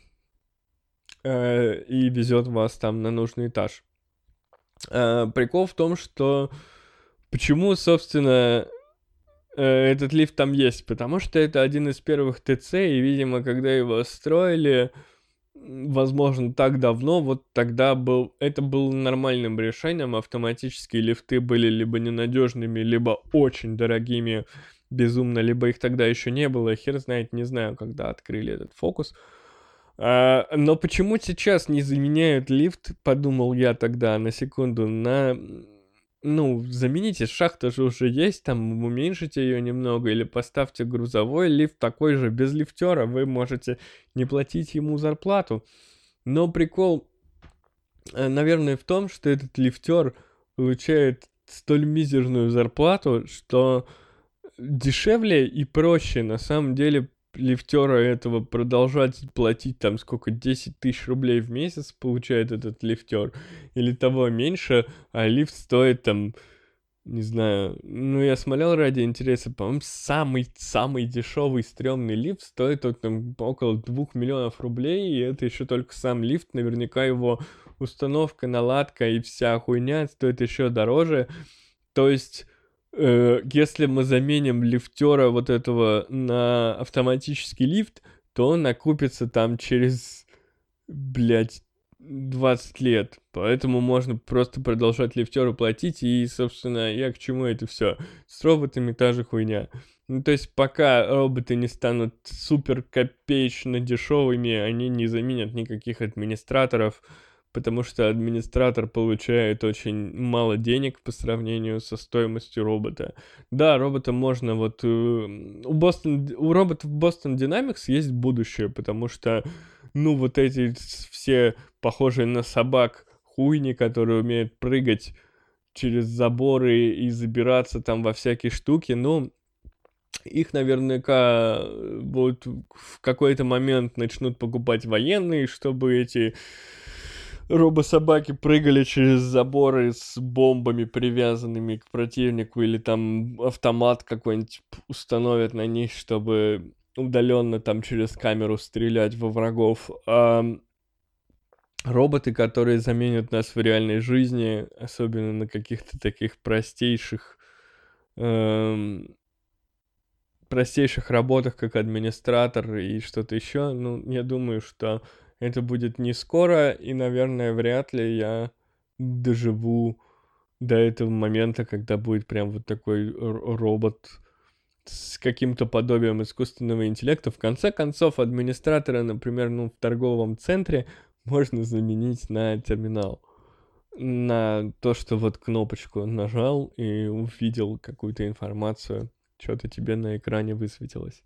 э, и везет вас там на нужный этаж. Э, прикол в том, что почему, собственно, э, этот лифт там есть? Потому что это один из первых ТЦ, и, видимо, когда его строили, м, возможно, так давно, вот тогда был, это было нормальным решением. Автоматические лифты были либо ненадежными, либо очень дорогими, безумно, либо их тогда еще не было. Хер знает, не знаю, когда открыли этот фокус. А, но почему сейчас не заменяют лифт, подумал я тогда на секунду, на... Ну, замените, шахта же уже есть, там уменьшите ее немного или поставьте грузовой лифт такой же, без лифтера, вы можете не платить ему зарплату. Но прикол, э, наверное, в том, что этот лифтер получает столь мизерную зарплату, что дешевле и проще на самом деле лифтера этого продолжать платить там сколько, десять тысяч рублей в месяц получает этот лифтер, или того меньше, а лифт стоит там, не знаю, ну я смотрел ради интереса, по-моему, самый-самый дешевый стрёмный лифт стоит вот, там, около двух миллионов рублей, и это еще только сам лифт, наверняка его установка, наладка и вся хуйня стоит еще дороже, то есть... Э, если мы заменим лифтера вот этого на автоматический лифт, то он окупится там через, блядь, двадцать лет. Поэтому можно просто продолжать лифтеру платить, и, собственно, я к чему это все? С роботами та же хуйня. Ну, то есть, пока роботы не станут супер копеечно дешевыми, они не заменят никаких администраторов, потому что администратор получает очень мало денег по сравнению со стоимостью робота. Да, робота можно вот... э, У, Boston, у роботов Boston Dynamics есть будущее, потому что ну, вот эти все похожие на собак хуйни, которые умеют прыгать через заборы и забираться там во всякие штуки, ну, их наверняка вот в какой-то момент начнут покупать военные, чтобы эти робособаки прыгали через заборы с бомбами, привязанными к противнику, или там автомат какой-нибудь установят на них, чтобы удаленно там через камеру стрелять во врагов. А роботы, которые заменят нас в реальной жизни, особенно на каких-то таких простейших эм, простейших работах, как администратор и что-то еще, ну, я думаю, что это будет не скоро, и, наверное, вряд ли я доживу до этого момента, когда будет прям вот такой р- робот с каким-то подобием искусственного интеллекта. В конце концов, администратора, например, ну, в торговом центре можно заменить на терминал. На то, что вот кнопочку нажал и увидел какую-то информацию, что-то тебе на экране высветилось.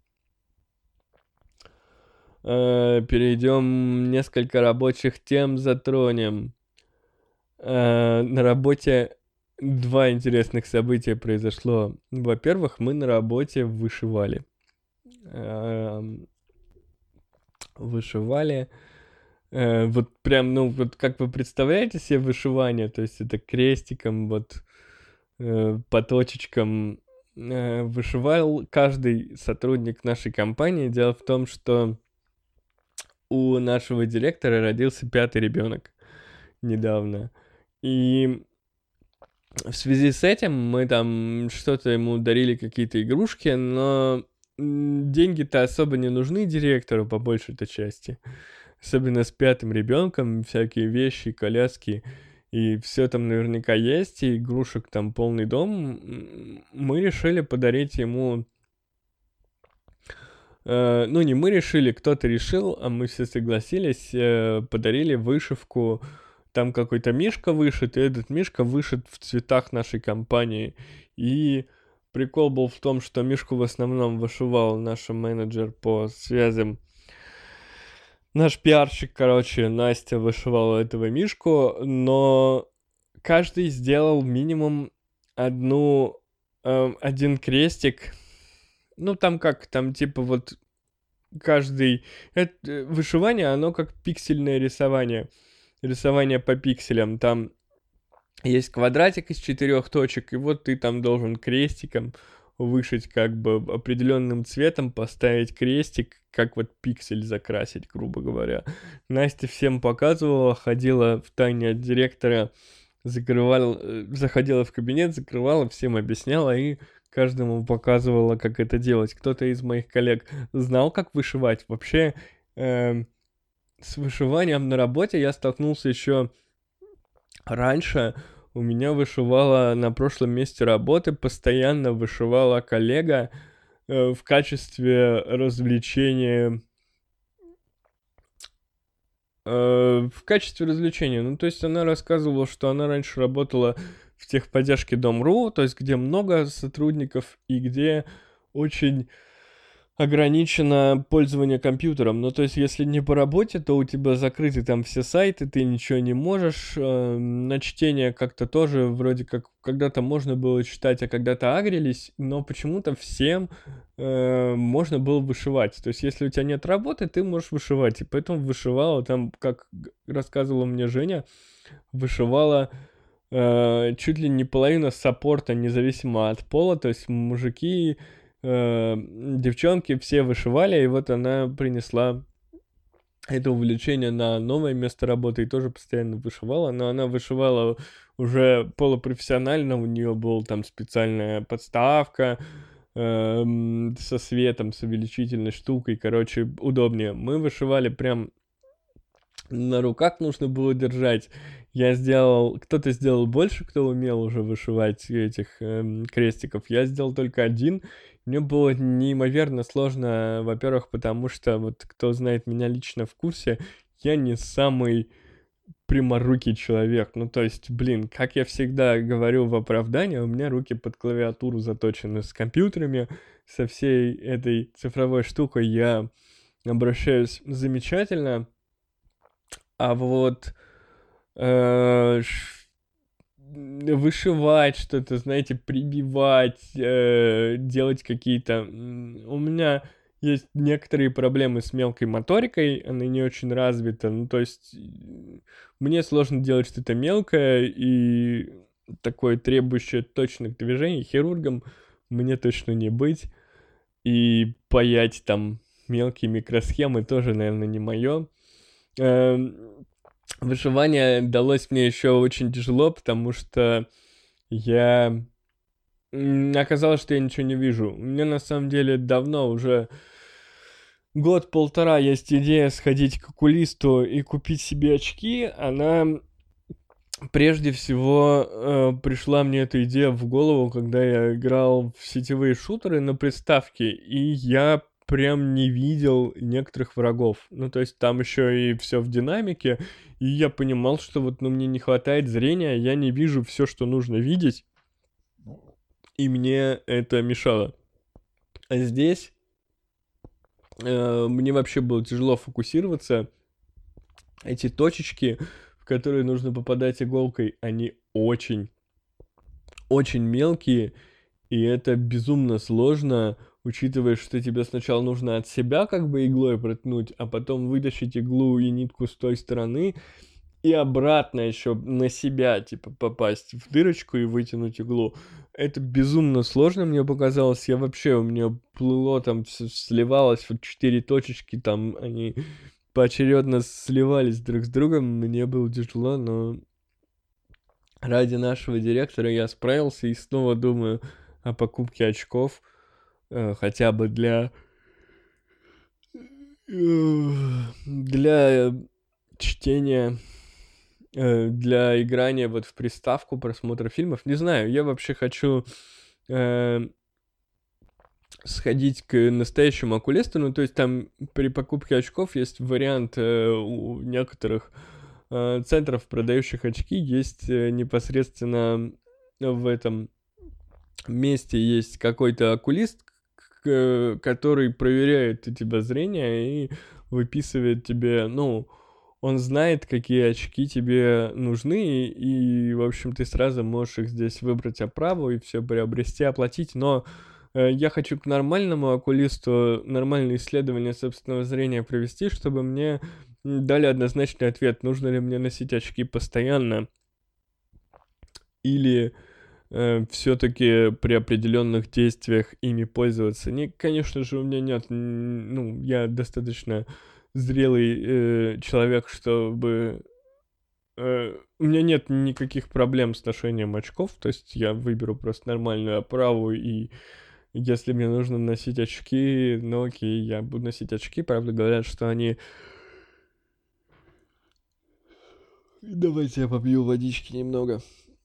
Э, Перейдем, несколько рабочих тем затронем. Э, На работе два интересных события произошло. Во-первых, мы на работе вышивали. Эм, Вышивали. Э, Вот прям, ну, вот как вы представляете себе вышивание? То есть это крестиком, вот э, по точечкам э, вышивал каждый сотрудник нашей компании. Дело в том, что у нашего директора родился пятый ребенок недавно. И в связи с этим мы там что-то ему дарили, какие-то игрушки, но м, деньги-то особо не нужны директору по большей-то части. Особенно с пятым ребенком, всякие вещи, коляски, и все там наверняка есть, и игрушек там полный дом. М, Мы решили подарить ему... э, ну, не мы решили, кто-то решил, а мы все согласились, э, подарили вышивку. Там какой-то мишка вышит, и этот мишка вышит в цветах нашей компании. И прикол был в том, что мишку в основном вышивал наш менеджер по связям. Наш пиарщик, короче, Настя вышивала этого мишку, но каждый сделал минимум одну, эм, один крестик. Ну, там как, там типа вот каждый... Это, вышивание, оно как пиксельное рисование. Рисование по пикселям. Там есть квадратик из четырех точек, и вот ты там должен крестиком вышить как бы определенным цветом, поставить крестик, как вот пиксель закрасить, грубо говоря. Настя всем показывала, ходила в тайне от директора, закрывала, э, заходила в кабинет, закрывала, всем объясняла и каждому показывала, как это делать. Кто-то из моих коллег знал, как вышивать. Вообще, эм, с вышиванием на работе я столкнулся еще раньше. У меня вышивала на прошлом месте работы, постоянно вышивала коллега э, в качестве развлечения. э, в качестве развлечения. Ну, то есть она рассказывала, что она раньше работала в техподдержке Дом.ру, то есть где много сотрудников и где очень ограничено пользование компьютером. Ну, то есть, если не по работе, то у тебя закрыты там все сайты, ты ничего не можешь. Э, на чтение как-то тоже вроде как когда-то можно было читать, а когда-то агрились, но почему-то всем э, можно было вышивать. То есть, если у тебя нет работы, ты можешь вышивать. И поэтому вышивала там, как г- рассказывала мне Женя, вышивала э, чуть ли не половина саппорта, независимо от пола. То есть, мужики... э, девчонки все вышивали, и вот она принесла это увлечение на новое место работы и тоже постоянно вышивала, но она вышивала уже полупрофессионально, у нее была там специальная подставка эм, со светом, с увеличительной штукой, короче, удобнее. Мы вышивали прям на руках, нужно было держать. Я сделал, кто-то сделал больше, кто умел уже вышивать этих эм, крестиков. Я сделал только один. Мне было неимоверно сложно, во-первых, потому что, вот кто знает меня лично в курсе, я не самый пряморукий человек. Ну, то есть, блин, как я всегда говорю в оправдании, у меня руки под клавиатуру заточены с компьютерами, со всей этой цифровой штукой я обращаюсь замечательно. А вот э, ш- вышивать что-то, знаете, прибивать, э, делать какие-то... м, У меня есть некоторые проблемы с мелкой моторикой, она не очень развита. Ну, то есть м, мне сложно делать что-то мелкое и такое требующее точных движений. Хирургом мне точно не быть. И паять там мелкие микросхемы тоже, наверное, не мое. Вышивание далось мне еще очень тяжело, потому что я... м, Оказалось, что я ничего не вижу. У меня на самом деле давно, уже год-полтора, есть идея сходить к окулисту и купить себе очки. Она прежде всего э, пришла мне эта идея в голову, когда я играл в сетевые шутеры на приставке, и я прям не видел некоторых врагов. Ну, то есть там еще и все в динамике, и я понимал, что вот, ну, мне не хватает зрения, я не вижу все, что нужно видеть, и мне это мешало. А здесь э, мне вообще было тяжело фокусироваться. Эти точечки, в которые нужно попадать иголкой, они очень, очень мелкие, и это безумно сложно, учитывая, что тебе сначала нужно от себя как бы иглой проткнуть, а потом вытащить иглу и нитку с той стороны, и обратно еще на себя, типа, попасть в дырочку и вытянуть иглу. Это безумно сложно, мне показалось. Я вообще, у меня плыло там, всё сливалось, вот четыре точечки там, они поочередно сливались друг с другом. Мне было тяжело, но ради нашего директора я справился и снова думаю о покупке очков, э, хотя бы для... э, для чтения, э, для играния вот в приставку, просмотра фильмов. Не знаю, я вообще хочу э, сходить к настоящему окулисту. Ну, то есть там при покупке очков есть вариант э, у некоторых э, центров, продающих очки, есть э, непосредственно в этом месте есть какой-то окулист, к- который проверяет у тебя зрение и выписывает тебе, ну, он знает, какие очки тебе нужны, и, и, в общем, ты сразу можешь их здесь выбрать оправу и все приобрести, оплатить, но э, я хочу к нормальному окулисту нормальное исследование собственного зрения провести, чтобы мне м, дали однозначный ответ, нужно ли мне носить очки постоянно, или все-таки при определенных действиях ими пользоваться. Не, конечно же, у меня нет, м, ну, я достаточно зрелый э, человек, чтобы... э, у меня нет никаких проблем с ношением очков, то есть я выберу просто нормальную оправу, и если мне нужно носить очки, ну окей, я буду носить очки. Правда, говорят, что они... Давайте я попью водички немного.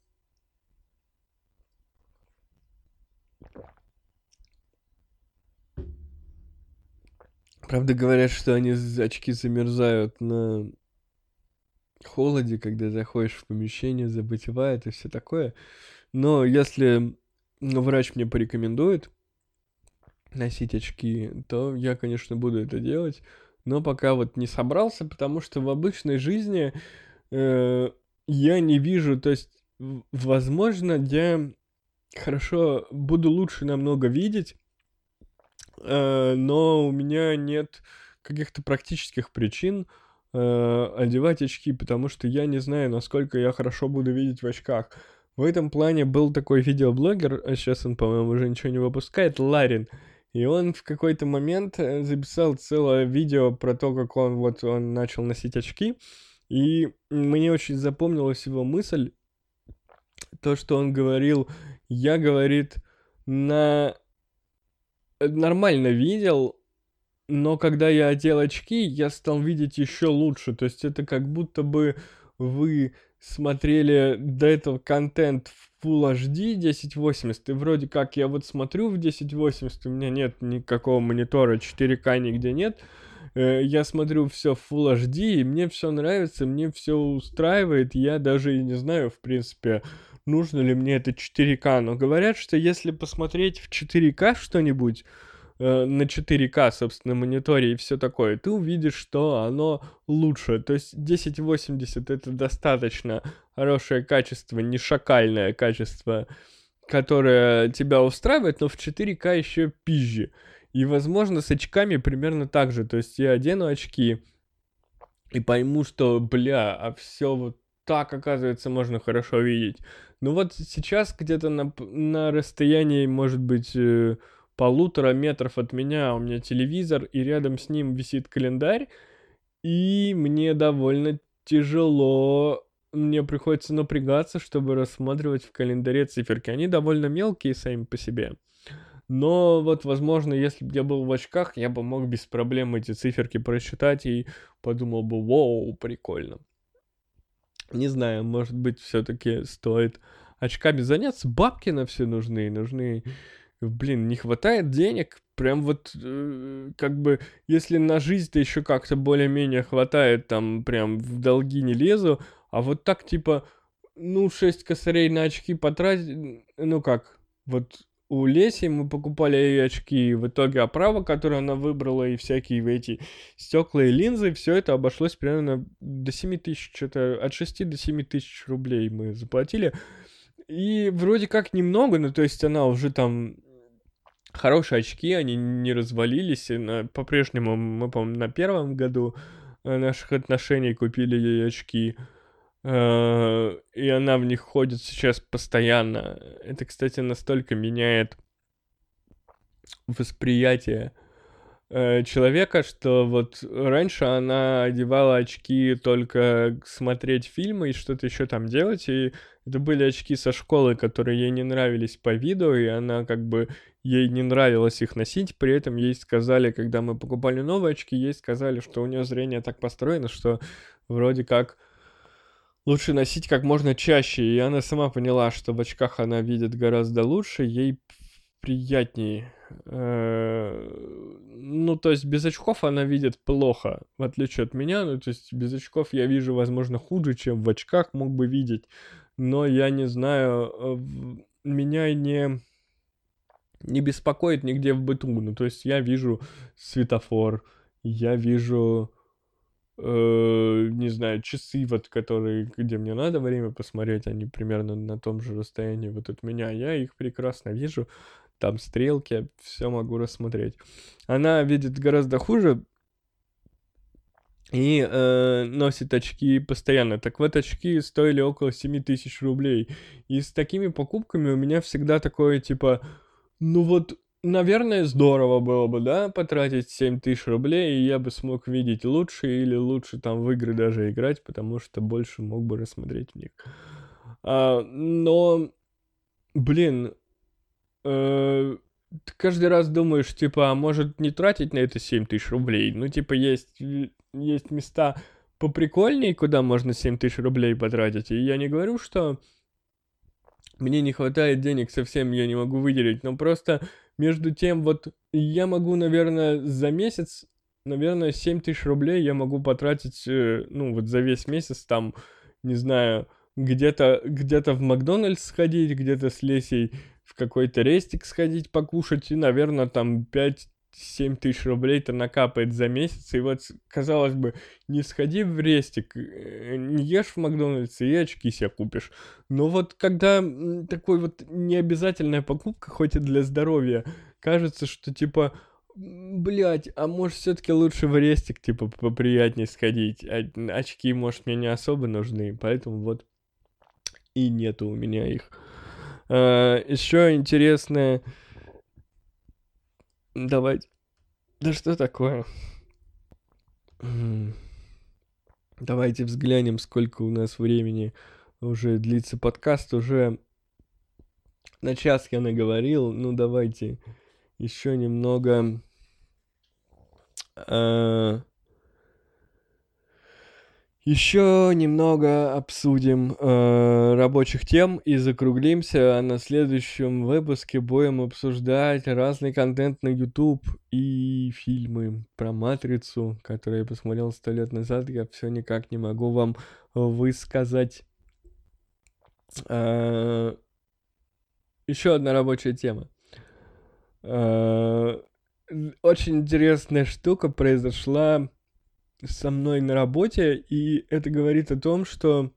Правда, говорят, что они з- очки замерзают на холоде, когда заходишь в помещение, забытевает и все такое. Но если ну, врач мне порекомендует носить очки, то я, конечно, буду это делать. Но пока вот не собрался, потому что в обычной жизни э, я не вижу, то есть, в- возможно, я хорошо буду лучше намного видеть, э, но у меня нет каких-то практических причин э, одевать очки, потому что я не знаю, насколько я хорошо буду видеть в очках. В этом плане был такой видеоблогер, а сейчас он, по-моему, уже ничего не выпускает, Ларин. И он в какой-то момент э, записал целое видео про то, как он вот он начал носить очки. И мне очень запомнилась его мысль, то, что он говорил, я, говорит, на нормально видел, но когда я одел очки, я стал видеть еще лучше. То есть это как будто бы вы смотрели до этого контент в Full эйч ди десять восемьдесят, и вроде как я вот смотрю в десять восемьдесят, у меня нет никакого монитора, четыре ка нигде нет, Э, я смотрю все в Full эйч ди, и мне все нравится, мне все устраивает, я даже и не знаю, в принципе, нужно ли мне это четыре ка, но говорят, что если посмотреть в четыре ка что-нибудь, э, на четыре ка, собственно, мониторе и все такое, ты увидишь, что оно лучше. То есть десять восемьдесят это достаточно хорошее качество, не шакальное качество, которое тебя устраивает, но в четыре ка еще пизже. И, возможно, с очками примерно так же. То есть я одену очки и пойму, что, бля, а все вот так, оказывается, можно хорошо видеть. Ну вот сейчас где-то на, п- на расстоянии, может быть, э, полутора метров от меня у меня телевизор, и рядом с ним висит календарь, и мне довольно тяжело, мне приходится напрягаться, чтобы рассматривать в календаре циферки. Они довольно мелкие сами по себе. Но вот, возможно, если бы я был в очках, я бы мог без проблем эти циферки прочитать и подумал бы, вау, прикольно. Не знаю, может быть, все-таки стоит очками заняться. Бабки на все нужны, нужны... Блин, не хватает денег. Прям вот, э, как бы, если на жизнь-то еще как-то более-менее хватает, там, прям в долги не лезу, а вот так, типа, ну, шесть косарей на очки потратить, ну как, вот у Леси мы покупали ей очки, в итоге оправа, которую она выбрала, и всякие эти стекла и линзы, все это обошлось примерно до семи тысяч, что-то от шести до семи тысяч рублей мы заплатили. И вроде как немного, ну то есть она уже там хорошие очки, они не развалились. И на- по-прежнему мы, по-моему, на первом году э, наших отношений купили ей очки. Э, И она в них ходит сейчас постоянно. Это, кстати, настолько меняет восприятие э, человека, что вот раньше она одевала очки только смотреть фильмы и что-то еще там делать, и это были очки со школы, которые ей не нравились по виду, и она как бы, ей не нравилось их носить, при этом ей сказали, когда мы покупали новые очки, ей сказали, что у нее зрение так построено, что вроде как лучше носить как можно чаще, и она сама поняла, что в очках она видит гораздо лучше, ей приятнее. Э, Ну, то есть без очков она видит плохо, в отличие от меня. Ну, то есть без очков я вижу, возможно, хуже, чем в очках мог бы видеть. Но я не знаю, э, в- меня не, не беспокоит нигде в быту. Ну, то есть я вижу светофор, я вижу э, не знаю, часы, вот, которые, где мне надо время посмотреть, они примерно на том же расстоянии вот от меня, я их прекрасно вижу, там стрелки, все могу рассмотреть. Она видит гораздо хуже и э, носит очки постоянно. Так вот, очки стоили около семи тысяч рублей. И с такими покупками у меня всегда такое, типа, ну вот, наверное, здорово было бы, да, потратить семь тысяч рублей, и я бы смог видеть лучше или лучше там в игры даже играть, потому что больше мог бы рассмотреть в них. А, но, блин, э, ты каждый раз думаешь, типа, а может не тратить на это семь тысяч рублей? Ну, типа, есть, э, есть места поприкольнее, куда можно семь тысяч рублей потратить, и я не говорю, что мне не хватает денег совсем, я не могу выделить, но просто между тем, вот я могу, наверное, за месяц, наверное, семь тысяч рублей я могу потратить, э, ну, вот за весь месяц, там, не знаю, где-то где-то в Макдональдс сходить, где-то с Лесей в какой-то рестик сходить покушать, и, наверное, там пять-семь тысяч рублей-то накапает за месяц, и вот, казалось бы, не сходи в рестик, э, не ешь в Макдональдсе и очки себе купишь. Но вот когда м, такой вот необязательная покупка, хоть и для здоровья, кажется, что типа, блять, а может все-таки лучше в рестик, типа, поприятнее сходить. А очки, может, мне не особо нужны, поэтому вот и нету у меня их. А, еще интересное... Давайте... Да что такое? М, Давайте взглянем, сколько у нас времени уже длится подкаст. Уже на час я наговорил. Ну, давайте еще немного... а, Еще немного обсудим э, рабочих тем и закруглимся. А на следующем выпуске будем обсуждать разный контент на YouTube и фильмы про Матрицу, которые я посмотрел сто лет назад. Я все никак не могу вам высказать. Еще одна рабочая тема. Э, очень интересная штука произошла со мной на работе, и это говорит о том, что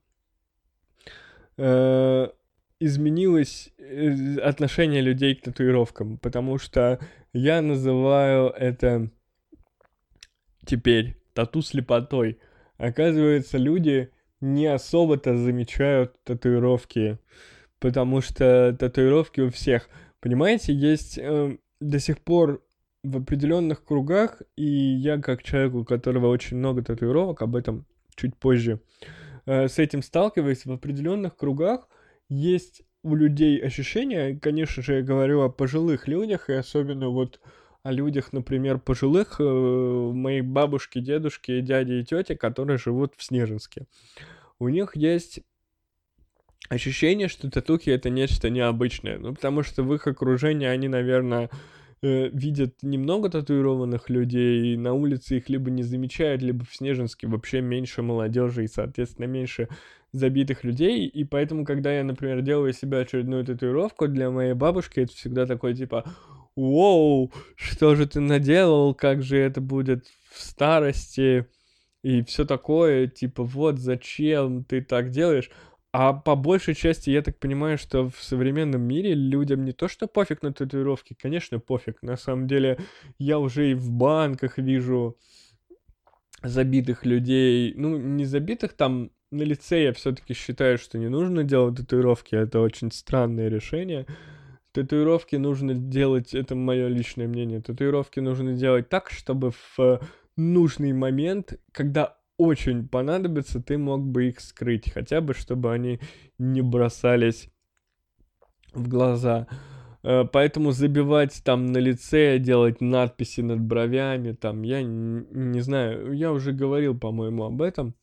э, изменилось э, отношение людей к татуировкам, потому что я называю это теперь тату-слепотой. Оказывается, люди не особо-то замечают татуировки, потому что татуировки у всех, понимаете, есть э, до сих пор в определенных кругах, и я как человек, у которого очень много татуировок, об этом чуть позже, э, с этим сталкиваюсь, в определенных кругах есть у людей ощущение, конечно же, я говорю о пожилых людях, и особенно вот о людях, например, пожилых, э, моей бабушки, дедушки, дяди и тети, которые живут в Снежинске. У них есть ощущение, что татухи — это нечто необычное. Ну, потому что в их окружении они, наверное, э, видят немного татуированных людей, и на улице их либо не замечают, либо в Снежинске вообще меньше молодежи и, соответственно, меньше забитых людей. И поэтому, когда я, например, делаю себе очередную татуировку, для моей бабушки это всегда такой, типа, «Воу, что же ты наделал, как же это будет в старости?» И все такое, типа, вот зачем ты так делаешь? А по большей части, я так понимаю, что в современном мире людям не то что пофиг на татуировки, конечно, пофиг. На самом деле, я уже и в банках вижу забитых людей. Ну, не забитых там на лице, я все-таки считаю, что не нужно делать татуировки. Это очень странное решение. Татуировки нужно делать, это мое личное мнение, татуировки нужно делать так, чтобы в нужный момент, когда очень понадобится, ты мог бы их скрыть, хотя бы, чтобы они не бросались в глаза. Э, Поэтому забивать там на лице, делать надписи над бровями, там, я н- не знаю, я уже говорил, по-моему, об этом.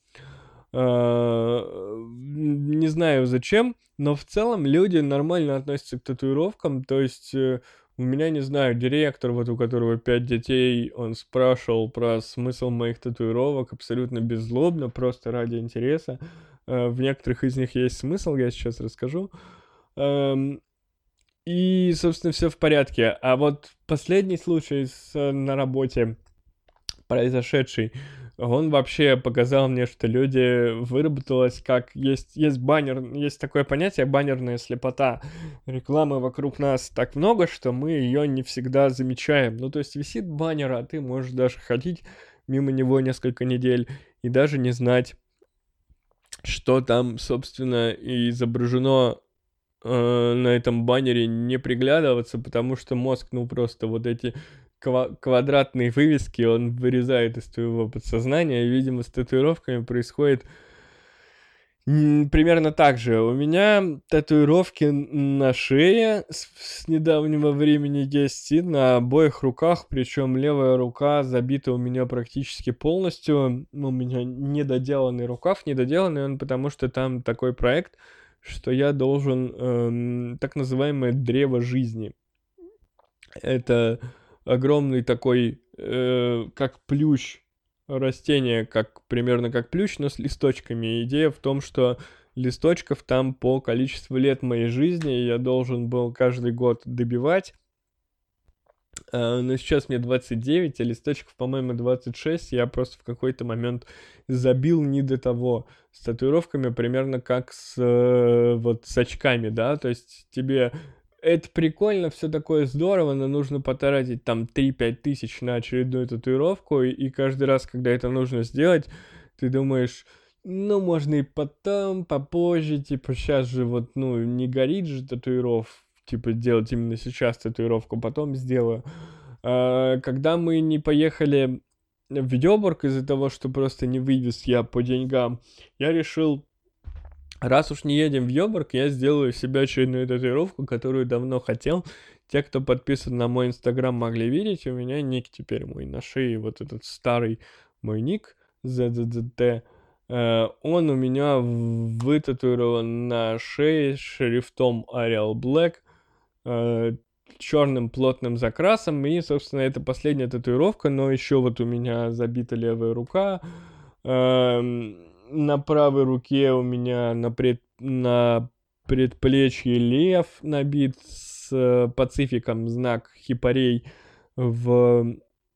Э, Не знаю зачем, но в целом люди нормально относятся к татуировкам, то есть э, у меня, не знаю, директор, вот у которого пять детей, он спрашивал про смысл моих татуировок абсолютно беззлобно, просто ради интереса. Э, В некоторых из них есть смысл, я сейчас расскажу. Эм, И, собственно, все в порядке. А вот последний случай с, э, на работе произошедший, он вообще показал мне, что люди выработалось как есть, есть баннер, есть такое понятие баннерная слепота. Рекламы вокруг нас так много, что мы ее не всегда замечаем. Ну, то есть висит баннер, а ты можешь даже ходить мимо него несколько недель и даже не знать, что там, собственно, и изображено э, на этом баннере, не приглядываться, потому что мозг, ну, просто вот эти ква- квадратные вывески он вырезает из твоего подсознания, и, видимо, с татуировками происходит м, примерно так же. У меня татуировки на шее с, с недавнего времени есть и на обоих руках, причем левая рука забита у меня практически полностью. Ну, у меня недоделанный рукав, недоделанный он, потому что там такой проект, что я должен эм, так называемое древо жизни. Это огромный такой, э, как плющ, растение, как примерно как плющ, но с листочками. Идея в том, что листочков там по количеству лет моей жизни я должен был каждый год добивать. Э, Но сейчас мне двадцать девять, а листочков, по-моему, двадцать шесть. Я просто в какой-то момент забил не до того. С татуировками примерно как с э, вот с очками, да, то есть тебе это прикольно, все такое здорово, но нужно потратить там три-пять тысяч на очередную татуировку, и, и каждый раз, когда это нужно сделать, ты думаешь, ну, можно и потом, попозже, типа, сейчас же вот, ну, не горит же татуиров, типа, делать именно сейчас татуировку, потом сделаю. А, когда мы не поехали в Йобург из-за того, что просто не вывез я по деньгам, я решил, раз уж не едем в Йобург, я сделаю себе очередную татуировку, которую давно хотел. Те, кто подписан на мой инстаграм, могли видеть, у меня ник теперь мой на шее, вот этот старый мой ник, зет зет зет ти. Э, Он у меня вытатуирован на шее шрифтом Arial Black, черным плотным закрасом, и, собственно, это последняя татуировка, но еще вот у меня забита левая рука, эм, на правой руке у меня на, пред... на предплечье лев набит с э, пацификом, знак хипарей. в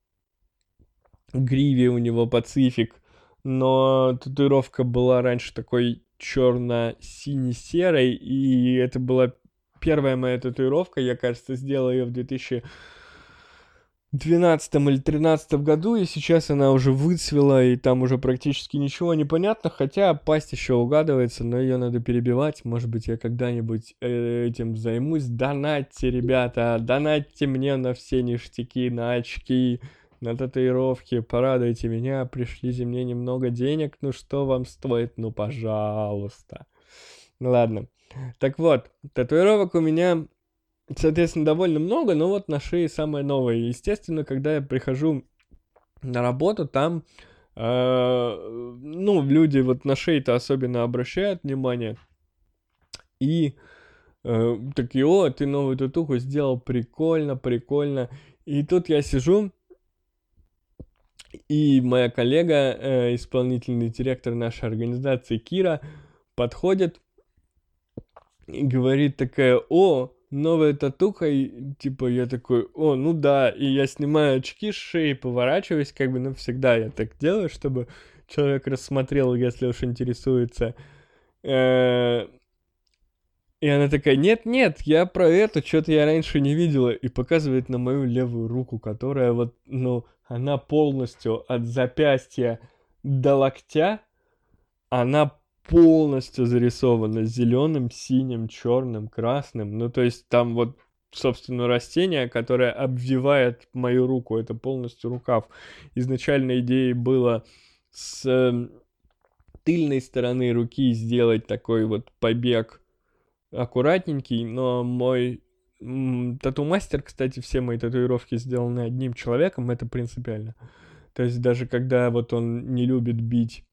гриве у него Пацифик, но татуировка была раньше такой черно-сине-серой, и это была первая моя татуировка, я, кажется, сделал ее в две тысячи двенадцатом или тринадцатом году, и сейчас она уже выцвела, и там уже практически ничего не понятно, хотя пасть еще угадывается, но ее надо перебивать, может быть, я когда-нибудь э, этим займусь. Донатьте, ребята, донатьте мне на все ништяки, на очки, на татуировки, порадуйте меня, пришлите мне немного денег, ну что вам стоит, ну пожалуйста. Ну ладно, так вот, татуировок у меня... Соответственно, довольно много, но вот на шее самое новое. Естественно, когда я прихожу на работу, там, э, ну, люди вот на шее-то особенно обращают внимание. И э, такие, о, ты новую татуху сделал, прикольно, прикольно. И тут я сижу, и моя коллега, э, исполнительный директор нашей организации Кира, подходит и говорит такая, о, новая татуха, и, типа, я такой, о, ну да, и я снимаю очки с шеи, поворачиваюсь, как бы, ну, всегда я так делаю, чтобы человек рассмотрел, если уж интересуется. Э, И она такая, нет-нет, я про это, что-то я раньше не видела, и показывает на мою левую руку, которая вот, ну, она полностью от запястья до локтя, она полностью зарисована зеленым, синим, черным, красным. Ну, то есть там вот, собственно, растение, которое обвивает мою руку, это полностью рукав. Изначально идеей было с э, тыльной стороны руки сделать такой вот побег аккуратненький, но мой м, тату-мастер, кстати, все мои татуировки сделаны одним человеком, это принципиально. То есть даже когда вот он не любит бить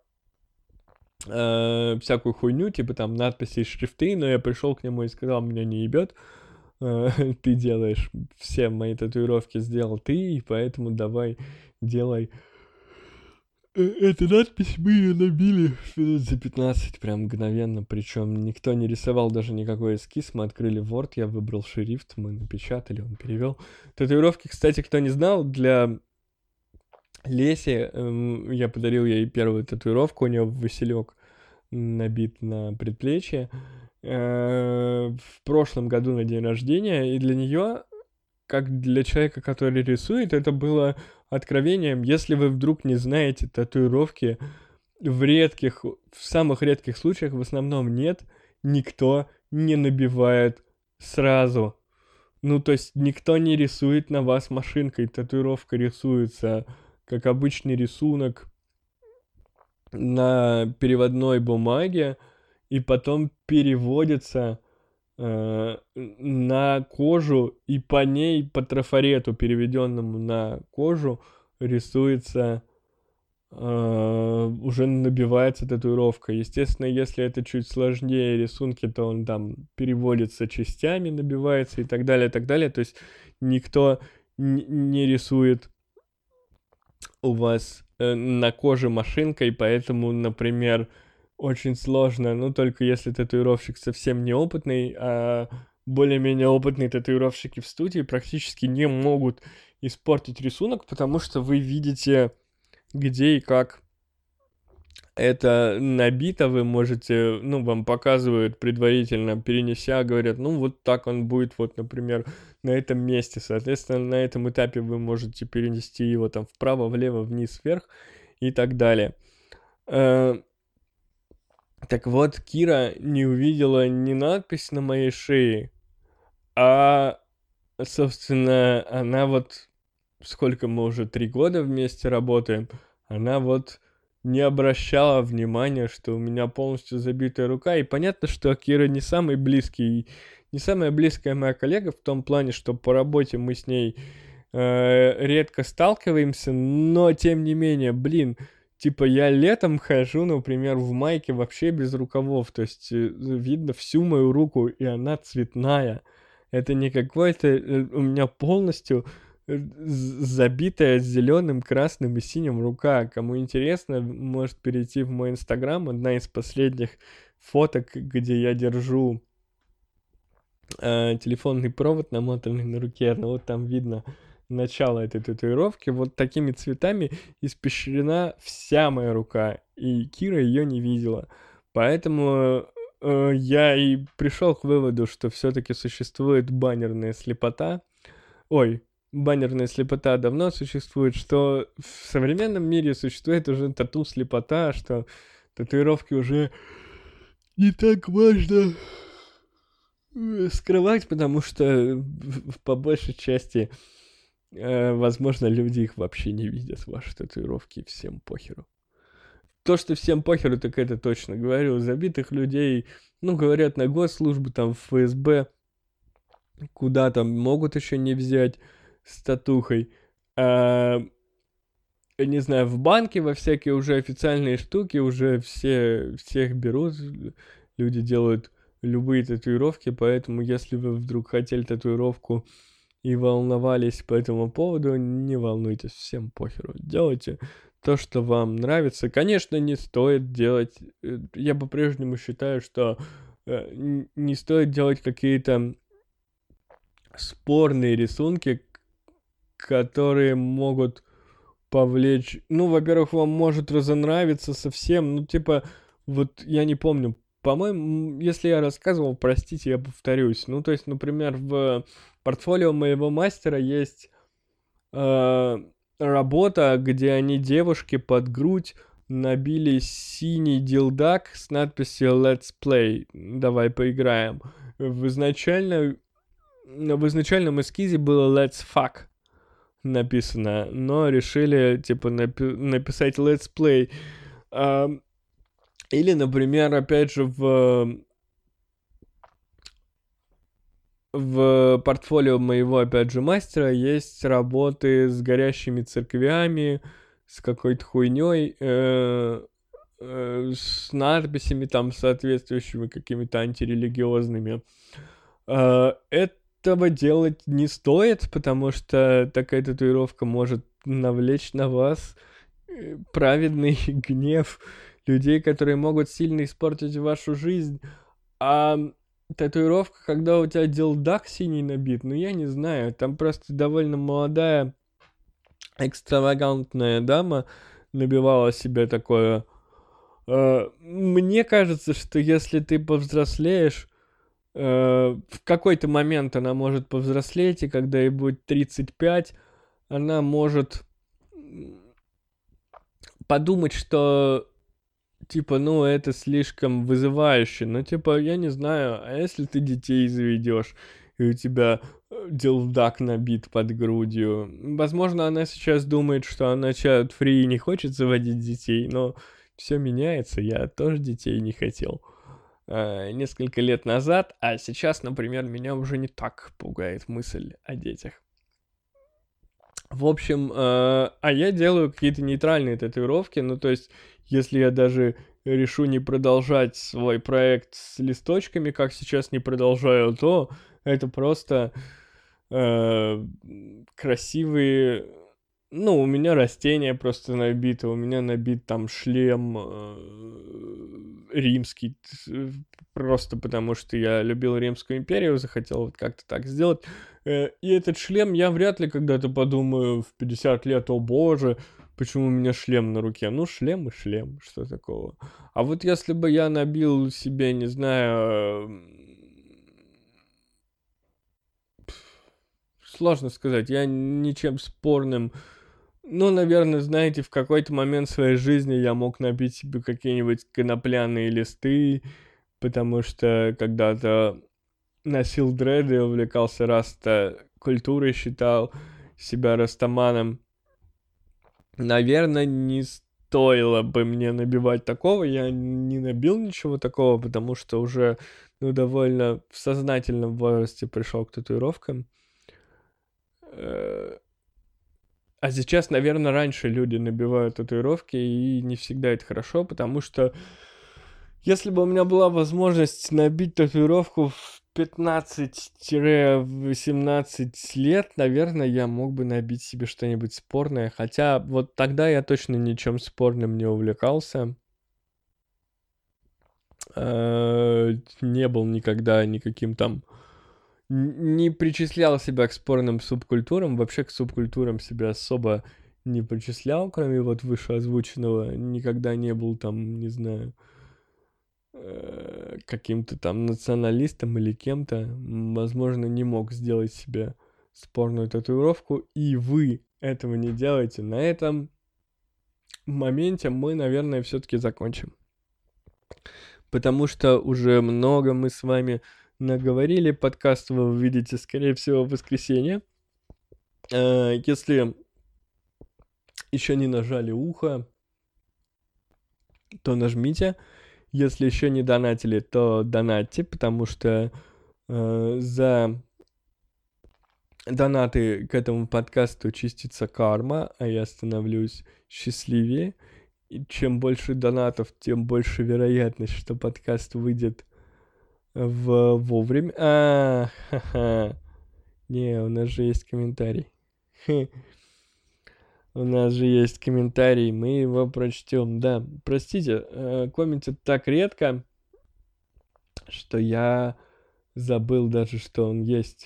э, всякую хуйню, типа там надписи и шрифты, но я пришел к нему и сказал, меня не ебет, э, ты делаешь, все мои татуировки сделал ты, и поэтому давай делай эту надпись, мы ее набили минут за пятнадцать, прям мгновенно, причем никто не рисовал даже никакой эскиз, мы открыли Word, я выбрал шрифт, мы напечатали, он перевел. Татуировки, кстати, кто не знал, для Леси, эм, я подарил ей первую татуировку, у нее Василек набит на предплечье э, в прошлом году на день рождения, и для нее, как для человека, который рисует, это было откровением. Если вы вдруг не знаете, татуировки в редких, в самых редких случаях, в основном нет, никто не набивает сразу. Ну, то есть никто не рисует на вас машинкой, татуировка рисуется как обычный рисунок на переводной бумаге, и потом переводится э, на кожу, и по ней, по трафарету, переведенному на кожу, рисуется, э, уже набивается татуировка. Естественно, если это чуть сложнее рисунки, то он там переводится частями, набивается и так далее, и так далее. То есть никто н- не рисует у вас э, на коже машинкой, поэтому, например, очень сложно, ну, только если татуировщик совсем неопытный, а более-менее опытные татуировщики в студии практически не могут испортить рисунок, потому что вы видите, где и как это набито, вы можете, ну, вам показывают предварительно, перенеся, говорят, ну, вот так он будет, вот, например, на этом месте, соответственно, на этом этапе вы можете перенести его там вправо, влево, вниз, вверх и так далее. Э, Так вот, Кира не увидела ни надпись на моей шее, а, собственно, она вот, сколько мы уже три года вместе работаем, она вот не обращала внимания, что у меня полностью забитая рука. И понятно, что Кира не самый близкий, не самая близкая моя коллега в том плане, что по работе мы с ней э, редко сталкиваемся, но тем не менее, блин, типа я летом хожу, например, в майке вообще без рукавов, то есть э, видно всю мою руку, и она цветная. Это не какой-то, э, у меня полностью э, з- забитая зеленым, красным и синим рука. Кому интересно, может перейти в мой инстаграм. Одна из последних фоток, где я держу э, телефонный провод, намотанный на руке. Ну вот там видно, начала этой татуировки вот такими цветами испещрена вся моя рука, и Кира ее не видела. Поэтому э, я и пришел к выводу, что все-таки существует баннерная слепота. Ой, баннерная слепота давно существует, что в современном мире существует уже тату-слепота, что татуировки уже не так важно э, скрывать, потому что в- по большей части, э, возможно, люди их вообще не видят, ваши татуировки, и всем похеру. То, что всем похеру, так это точно. Говорю, забитых людей, ну, говорят, на госслужбу, там, в эф эс бэ, куда там могут еще не взять с татухой. А, я не знаю, в банке, во всякие уже официальные штуки уже все, всех берут, люди делают любые татуировки, поэтому если вы вдруг хотели татуировку и волновались по этому поводу, не волнуйтесь, всем похеру. Делайте то, что вам нравится. Конечно, не стоит делать, э, я по-прежнему считаю, что э, н- не стоит делать какие-то спорные рисунки, к- которые могут повлечь... Ну, во-первых, вам может разонравиться совсем, ну, типа, вот я не помню, по-моему, м, если я рассказывал, простите, я повторюсь. Ну, то есть, например, в портфолио моего мастера есть э, работа, где они девушке под грудь набили синий дилдак с надписью Let's Play, давай поиграем. В изначально, в изначальном эскизе было Let's Fuck написано, но решили, типа, напи- написать Let's Play. А, или, например, опять же, в, в портфолио моего, опять же, мастера есть работы с горящими церквями, с какой-то хуйней, э, э, с надписями там соответствующими какими-то антирелигиозными. А, этого делать не стоит, потому что такая татуировка может навлечь на вас э, праведный гнев людей, которые могут сильно испортить вашу жизнь. А татуировка, когда у тебя дилдак синий набит, ну я не знаю, там просто довольно молодая, экстравагантная дама набивала себе такое. Э, Мне кажется, что если ты повзрослеешь, э, в какой-то момент она может повзрослеть, и когда ей будет тридцать пять, она может м, подумать, что типа, ну, это слишком вызывающе. Ну, типа, я не знаю, а если ты детей заведешь, и у тебя э, дилдак набит под грудью? Возможно, она сейчас думает, что она child free и не хочет заводить детей, но все меняется, я тоже детей не хотел э, несколько лет назад, а сейчас, например, меня уже не так пугает мысль о детях. В общем, э, а я делаю какие-то нейтральные татуировки, ну, то есть, если я даже решу не продолжать свой проект с листочками, как сейчас не продолжаю, то это просто э, красивые... Ну, у меня растения просто набиты, у меня набит там шлем э, римский, т- просто потому что я любил Римскую империю, захотел вот как-то так сделать. Э, И этот шлем я вряд ли когда-то подумаю в пятьдесят лет, о боже, почему у меня шлем на руке? Ну, шлем и шлем, что такого? А вот если бы я набил себе, не знаю, э, сложно сказать, я ничем спорным. Ну, наверное, знаете, в какой-то момент своей жизни я мог набить себе какие-нибудь конопляные листы, потому что когда-то носил дреды, увлекался раста культурой, считал себя растаманом. Наверное, не стоило бы мне набивать такого. Я не набил ничего такого, потому что уже, ну, довольно в сознательном возрасте пришел к татуировкам. Э, А сейчас, наверное, раньше люди набивают татуировки, и не всегда это хорошо, потому что если бы у меня была возможность набить татуировку в пятнадцать-восемнадцать лет, наверное, я мог бы набить себе что-нибудь спорное. Хотя вот тогда я точно ничем спорным не увлекался. Э, Не был никогда никаким там не причислял себя к спорным субкультурам, вообще к субкультурам себя особо не причислял, кроме вот вышеозвученного, никогда не был там, не знаю, каким-то там националистом или кем-то, возможно, не мог сделать себе спорную татуировку, и вы этого не делаете. На этом моменте мы, наверное, все-таки закончим. Потому что уже много мы с вами наговорили. Подкаст вы увидите, скорее всего, в воскресенье. Если еще не нажали ухо, то нажмите. Если еще не донатили, то донатьте, потому что э, за донаты к этому подкасту чистится карма, а я становлюсь счастливее. И чем больше донатов, тем больше вероятность, что подкаст выйдет в вовремя. А, ха-ха. Не, у нас же есть комментарий. У нас же есть комментарий, мы его прочтем. Да, простите, э, комментят так редко, что я забыл даже, что он есть.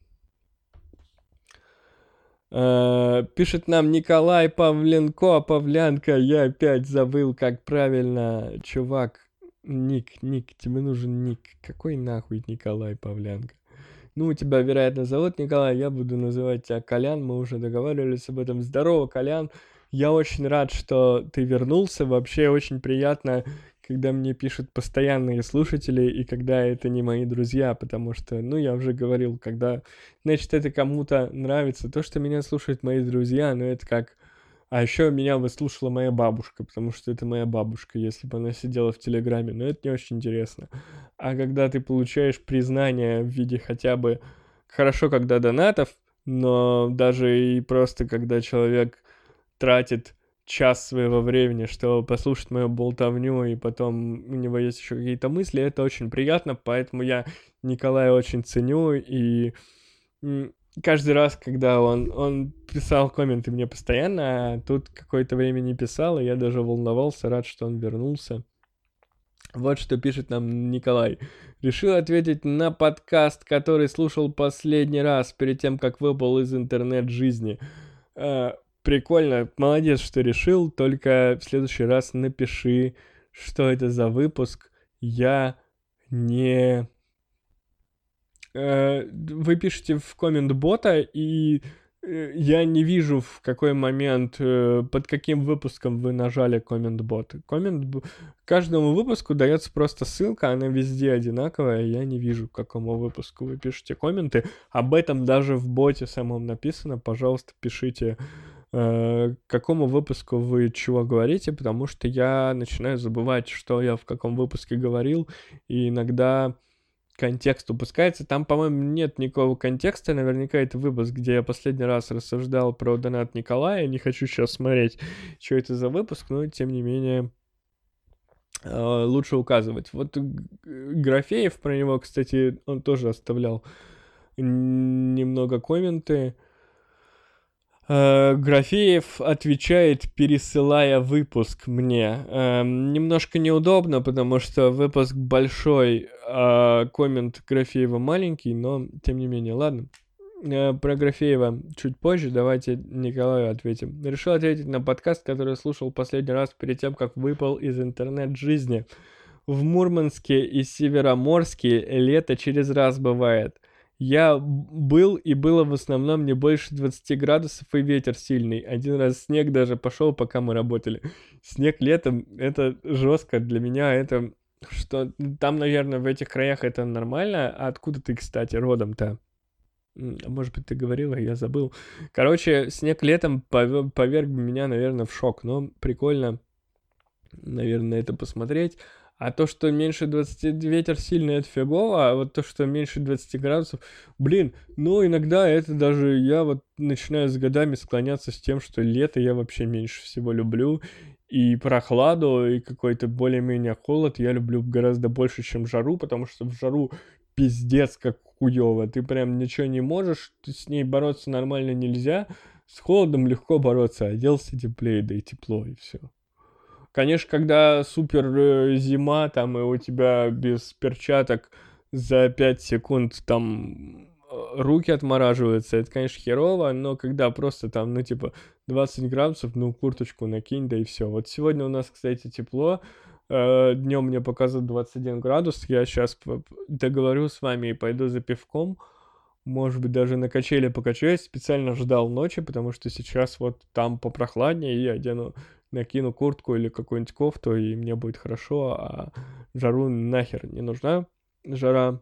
Э, пишет нам Николай Павленко, Павлянка, я опять забыл, как правильно, чувак. Ник, ник, тебе нужен ник. Какой нахуй Николай Павлянка? Ну, у тебя, вероятно, зовут Николай, я буду называть тебя Колян, мы уже договаривались об этом. Здорово, Колян, я очень рад, что ты вернулся, вообще очень приятно, когда мне пишут постоянные слушатели, и когда это не мои друзья, потому что, ну, я уже говорил, когда, значит, это кому-то нравится, то, что меня слушают мои друзья, ну, это как... А еще меня выслушала моя бабушка, потому что это моя бабушка, если бы она сидела в Телеграме, но это не очень интересно. А когда ты получаешь признание в виде хотя бы... Хорошо, когда донатов, но даже и просто когда человек тратит час своего времени, чтобы послушать мою болтовню, и потом у него есть еще какие-то мысли, это очень приятно, поэтому я Николая очень ценю, и... Каждый раз, когда он, он писал комменты мне постоянно, а тут какое-то время не писал, и я даже волновался, рад, что он вернулся. Вот что пишет нам Николай. Решил ответить на подкаст, который слушал последний раз, перед тем, как выпал из интернет-жизни. Э, прикольно, молодец, что решил, только в следующий раз напиши, что это за выпуск. Я не... Вы пишете в коммент бота, и я не вижу, в какой момент, под каким выпуском вы нажали коммент бот. Коммент... Каждому выпуску дается просто ссылка, она везде одинаковая, я не вижу, к какому выпуску вы пишете комменты. Об этом даже в боте самом написано, пожалуйста, пишите, к какому выпуску вы чего говорите, потому что я начинаю забывать, что я в каком выпуске говорил, и иногда... контекст упускается. Там, по-моему, нет никакого контекста. Наверняка это выпуск, где я последний раз рассуждал про донат Николая. Не хочу сейчас смотреть, что это за выпуск, но, тем не менее, лучше указывать. Вот Графеев, про него, кстати, он тоже оставлял немного комменты. Графеев отвечает, пересылая выпуск мне. Эм, немножко неудобно, потому что выпуск большой, а коммент Графеева маленький, но тем не менее, ладно. Э, про Графеева чуть позже, давайте Николаю ответим. Решил ответить на подкаст, который слушал последний раз перед тем, как выпал из интернет-жизни. В Мурманске и Североморске лето через раз бывает. Я был, и было в основном не больше двадцати градусов и ветер сильный. Один раз снег даже пошел, пока мы работали. Снег летом, это жестко для меня, это что там, наверное, в этих краях это нормально. А откуда ты, кстати, родом-то? Может быть, ты говорила, я забыл. Короче, снег летом поверг меня, наверное, в шок. Но прикольно, наверное, это посмотреть. А то, что меньше двадцати ветер сильный, это фигово, а вот то, что меньше двадцати градусов, блин, ну, иногда это даже, я вот начинаю с годами склоняться с тем, что лето я вообще меньше всего люблю, и прохладу, и какой-то более-менее холод я люблю гораздо больше, чем жару, потому что в жару пиздец как хуёво, ты прям ничего не можешь, ты с ней бороться нормально нельзя, с холодом легко бороться, оделся теплее, да и тепло, и все. Конечно, когда супер э, зима, там, и у тебя без перчаток за пять секунд там руки отмораживаются, это, конечно, херово, но когда просто там, ну, типа, двадцать градусов, ну, курточку накинь, да и все. Вот сегодня у нас, кстати, тепло, днем мне показывают двадцать один градус, я сейчас договорю с вами и пойду за пивком, может быть, даже на качели покачаюсь, специально ждал ночи, потому что сейчас вот там попрохладнее, и я одену, накину куртку или какую-нибудь кофту, и мне будет хорошо, а жару нахер не нужна, жара.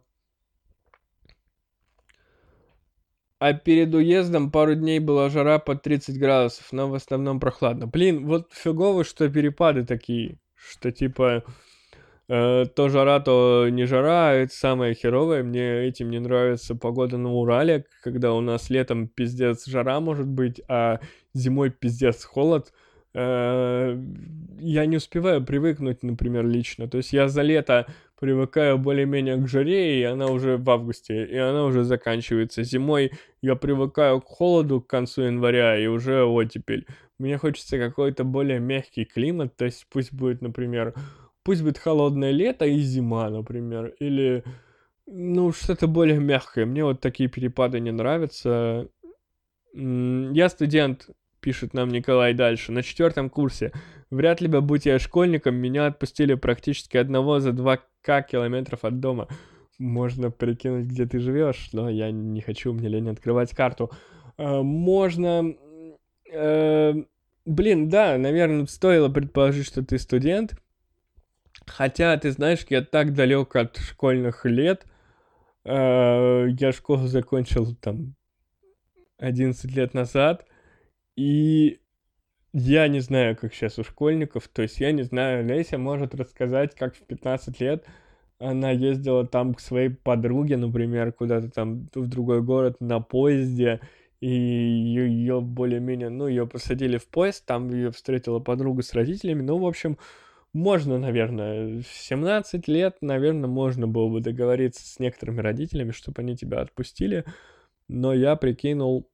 А перед уездом пару дней была жара под тридцать градусов, но в основном прохладно. Блин, вот фигово, что перепады такие, что типа э, то жара, то не жара, это самое херовое. Мне этим не нравится погода на Урале, когда у нас летом пиздец жара может быть, а зимой пиздец холод. Э, я не успеваю привыкнуть, например, лично. То есть я за лето привыкаю более-менее к жаре, и она уже в августе, и она уже заканчивается. Зимой я привыкаю к холоду к концу января, и уже оттепель. Мне хочется какой-то более мягкий климат, то есть пусть будет, например, пусть будет холодное лето и зима, например, или, ну, что-то более мягкое. Мне вот такие перепады не нравятся. Я студент, пишет нам Николай дальше, на четвертом курсе. Вряд ли бы, будь я школьником, меня отпустили практически одного за два километров от дома. Можно прикинуть, где ты живешь, но я не хочу, мне лень открывать карту. Э, можно... Э, блин, да, наверное, стоило предположить, что ты студент. Хотя, ты знаешь, я так далек от школьных лет. Э, я школу закончил там одиннадцать лет назад. И я не знаю, как сейчас у школьников. То есть я не знаю, Леся может рассказать, как в пятнадцать лет она ездила там к своей подруге, например, куда-то там в другой город на поезде, и ее, ее более-менее, ну, ее посадили в поезд, там ее встретила подруга с родителями, ну, в общем, можно, наверное, в семнадцать лет, наверное, можно было бы договориться с некоторыми родителями, чтобы они тебя отпустили, но я прикинул,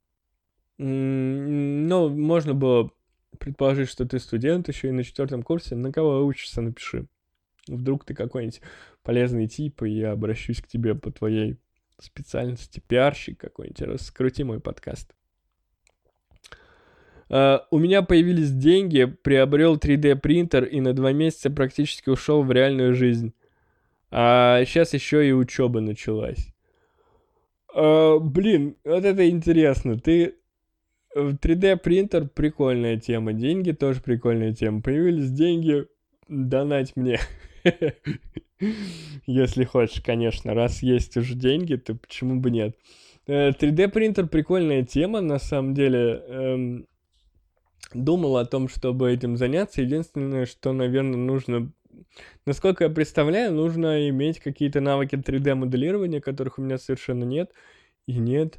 ну, можно было предположить, что ты студент еще и на четвертом курсе, на кого учишься, напиши. Вдруг ты какой-нибудь полезный тип, и я обращусь к тебе по твоей специальности, пиарщик какой-нибудь, раскрути мой подкаст. Uh, у меня появились деньги, приобрел три дэ принтер и на два месяца практически ушел в реальную жизнь. А сейчас еще и учеба началась. Uh, блин, вот это интересно. Ты три дэ принтер прикольная тема, деньги тоже прикольная тема. Появились деньги, донать мне. Если хочешь, конечно. Раз есть уже деньги, то почему бы нет? три дэ принтер прикольная тема, на самом деле. Эм, думал о том, чтобы этим заняться. Единственное, что, наверное, нужно... Насколько я представляю, нужно иметь какие-то навыки три дэ моделирования, которых у меня совершенно нет. И нет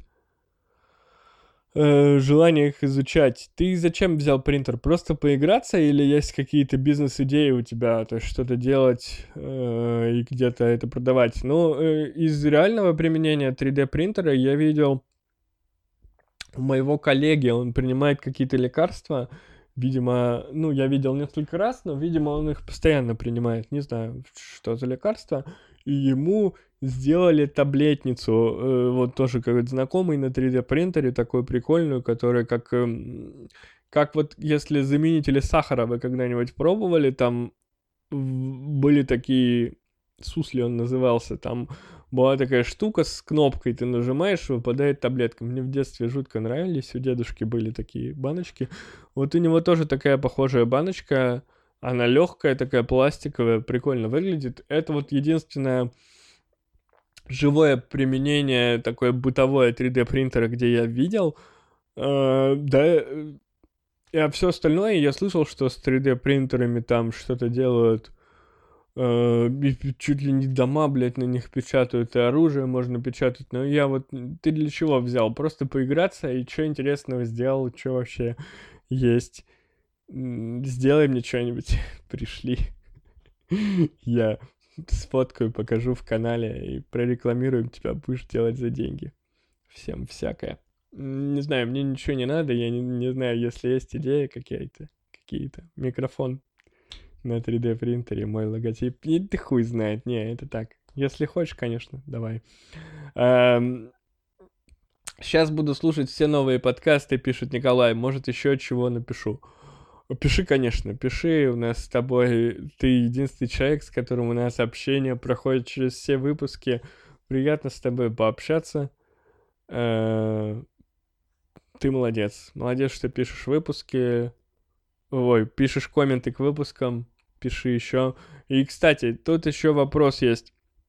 э, желания их изучать. Ты зачем взял принтер? Просто поиграться или есть какие-то бизнес-идеи у тебя? То есть что-то делать э, и где-то это продавать? Ну, э, из реального применения три дэ принтера я видел у моего коллеги, он принимает какие-то лекарства. Видимо, ну, я видел несколько раз, но, видимо, он их постоянно принимает. Не знаю, что за лекарство. И ему сделали таблетницу, э, вот тоже какой-то знакомый на три дэ принтере, такую прикольную, которая как, э, как вот если заменители сахара вы когда-нибудь пробовали, там были такие, сусли он назывался, там была такая штука с кнопкой, ты нажимаешь, выпадает таблетка. Мне в детстве жутко нравились, у дедушки были такие баночки. Вот у него тоже такая похожая баночка, она легкая, такая пластиковая, прикольно выглядит. Это вот единственное живое применение, такое бытовое три дэ принтера, где я видел. Э, да, а все остальное я слышал, что с три дэ принтерами там что-то делают. Uh, чуть ли не дома, блядь, на них печатают, и оружие можно печатать, но я вот... Ты для чего взял? Просто поиграться, и что интересного сделал, что вообще есть? Сделай мне что-нибудь, пришли. Я сфоткаю, покажу в канале и прорекламируем тебя, будешь делать за деньги. Всем всякое. Не знаю, мне ничего не надо, я не, не знаю, если есть идеи какие-то, какие-то. Микрофон на три дэ принтере, мой логотип. И ты хуй знает. Не, это так. Если хочешь, конечно, давай. Эм, Сейчас буду слушать все новые подкасты, пишет Николай. Может, еще чего напишу. Пиши, конечно, пиши. У нас с тобой... Ты единственный человек, с которым у нас общение проходит через все выпуски. Приятно с тобой пообщаться. Ты молодец. Молодец, что пишешь выпуски. Ой, пишешь комменты к выпускам. Пиши еще. И, кстати, тут еще вопрос есть.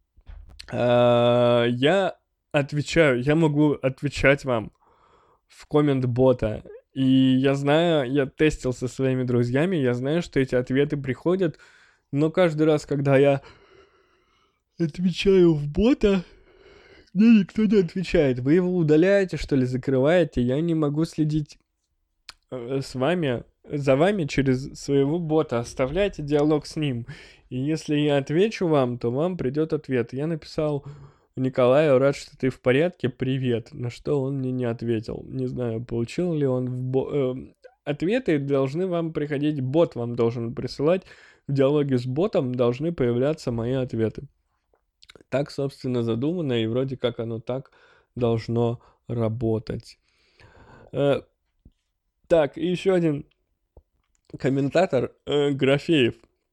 Я... отвечаю, я могу отвечать вам в коммент-бота. И я знаю, я тестил со своими друзьями, я знаю, что эти ответы приходят, но каждый раз, когда я отвечаю в бота, мне никто не отвечает. Вы его удаляете, что ли, закрываете? Я не могу следить э, с вами, за вами через своего бота. Оставляйте диалог с ним. И если я отвечу вам, то вам придет ответ. Я написал... Николаю, рад, что ты в порядке, привет. На что он мне не ответил. Не знаю, получил ли он в бо... э, ответы должны вам приходить, бот вам должен присылать. В диалоге с ботом должны появляться мои ответы. Так, собственно, задумано, и вроде как оно так должно работать. Э, так, и еще один комментатор, э, Графеев.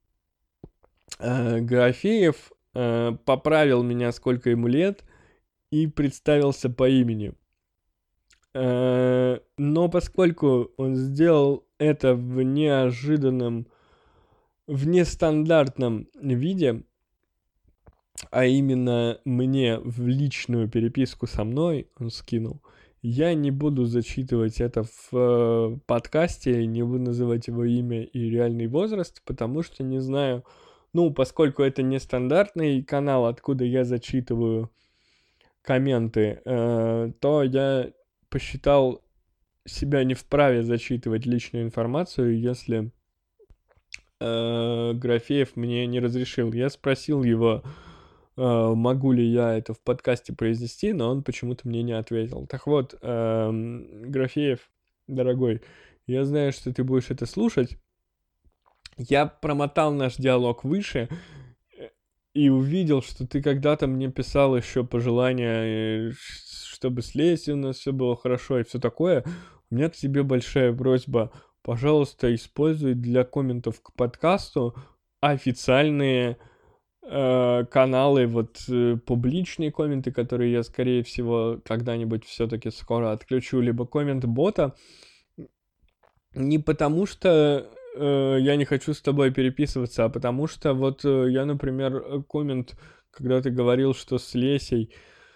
Э, Графеев Uh, поправил меня, сколько ему лет, и представился по имени. Uh, но поскольку он сделал это в неожиданном, в нестандартном виде, а именно мне в личную переписку со мной он скинул, я не буду зачитывать это в uh, подкасте, не буду называть его имя и реальный возраст, потому что не знаю... Ну, поскольку это нестандартный канал, откуда я зачитываю комменты, э, то я посчитал себя не вправе зачитывать личную информацию, если э, Графеев мне не разрешил. Я спросил его, э, могу ли я это в подкасте произнести, но он почему-то мне не ответил. Так вот, э, Графеев, дорогой, я знаю, что ты будешь это слушать. Я промотал наш диалог выше и увидел, что ты когда-то мне писал еще пожелания, чтобы с Лесей у нас все было хорошо и все такое. У меня к тебе большая просьба. Пожалуйста, используй для комментов к подкасту официальные э, каналы, вот э, публичные комменты, которые я, скорее всего, когда-нибудь все-таки скоро отключу, либо коммент бота. Не потому что... я не хочу с тобой переписываться, а потому что вот я, например, коммент, когда ты говорил, что с Лесей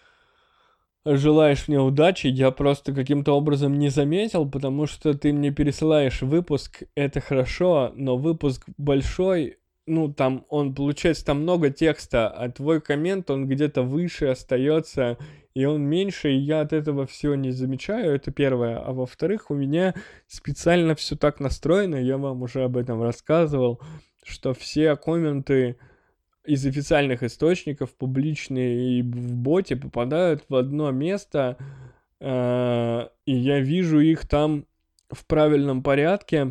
желаешь мне удачи, я просто каким-то образом не заметил, потому что ты мне пересылаешь выпуск, это хорошо, но выпуск большой, ну, там, он, получается, там много текста, а твой коммент, он где-то выше остается, и он меньше, и я от этого всего не замечаю, это первое. А во-вторых, у меня специально все так настроено, я вам уже об этом рассказывал, что все комменты из официальных источников, публичные и в боте, попадают в одно место, э- и я вижу их там в правильном порядке,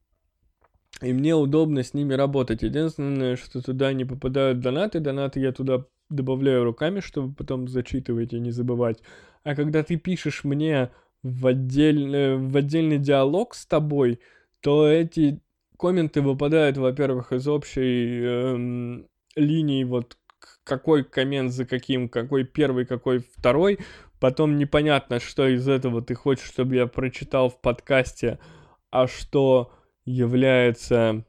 и мне удобно с ними работать. Единственное, что туда не попадают донаты, донаты я туда добавляю руками, чтобы потом зачитывать и не забывать. А когда ты пишешь мне в, отдель... в отдельный диалог с тобой, то эти комменты выпадают, во-первых, из общей эм, линии, вот какой коммент за каким, какой первый, какой второй. Потом непонятно, что из этого ты хочешь, чтобы я прочитал в подкасте, а что является...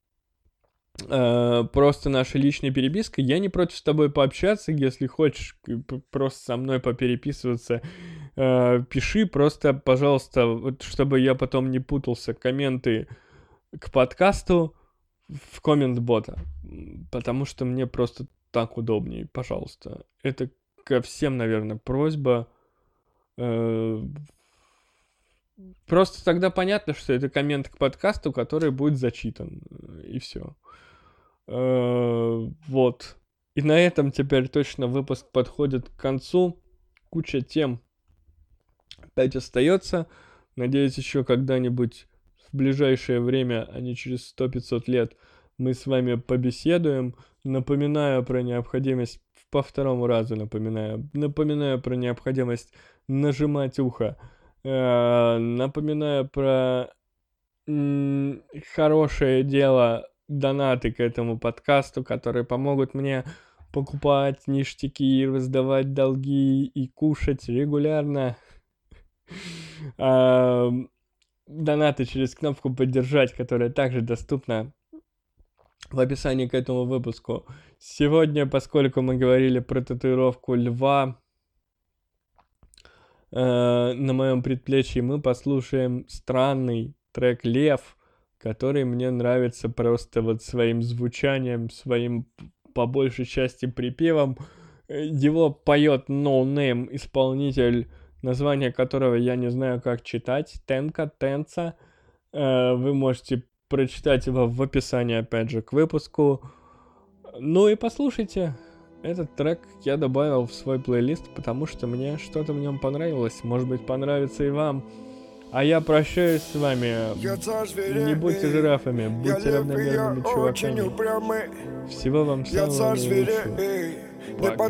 Uh, просто наша личная переписка. Я не против с тобой пообщаться, если хочешь просто со мной попереписываться. Uh, пиши просто, пожалуйста, вот, чтобы я потом не путался, комменты к подкасту в коммент-бота, потому что мне просто так удобнее, пожалуйста. Это ко всем, наверное, просьба. Uh, просто тогда понятно, что это коммент к подкасту, который будет зачитан, и все. Uh, вот. И на этом теперь точно выпуск подходит к концу. Куча тем опять остается. Надеюсь, еще когда-нибудь в ближайшее время, а не через сто-пятьсот лет, мы с вами побеседуем. Напоминаю про необходимость, по второму разу напоминаю, напоминаю про необходимость нажимать ухо. Э, напоминаю про м, хорошее дело, донаты к этому подкасту, которые помогут мне покупать ништяки, раздавать долги и кушать регулярно. А, донаты через кнопку «Поддержать», которая также доступна в описании к этому выпуску. Сегодня, поскольку мы говорили про татуировку льва э, на моем предплечье, мы послушаем странный трек «Лев», который мне нравится просто вот своим звучанием, своим по большей части припевом. Его поет No Name исполнитель, название которого я не знаю, как читать. Тенка, Тенца. Э, вы можете прочитать его в описании, опять же, к выпуску. Ну и послушайте. Этот трек я добавил в свой плейлист, потому что мне что-то в нем понравилось. Может быть, понравится и вам. А я прощаюсь с вами. Не будьте жирафами, будьте равномерными чуваками. Всего вам самого наилучшего. Пока.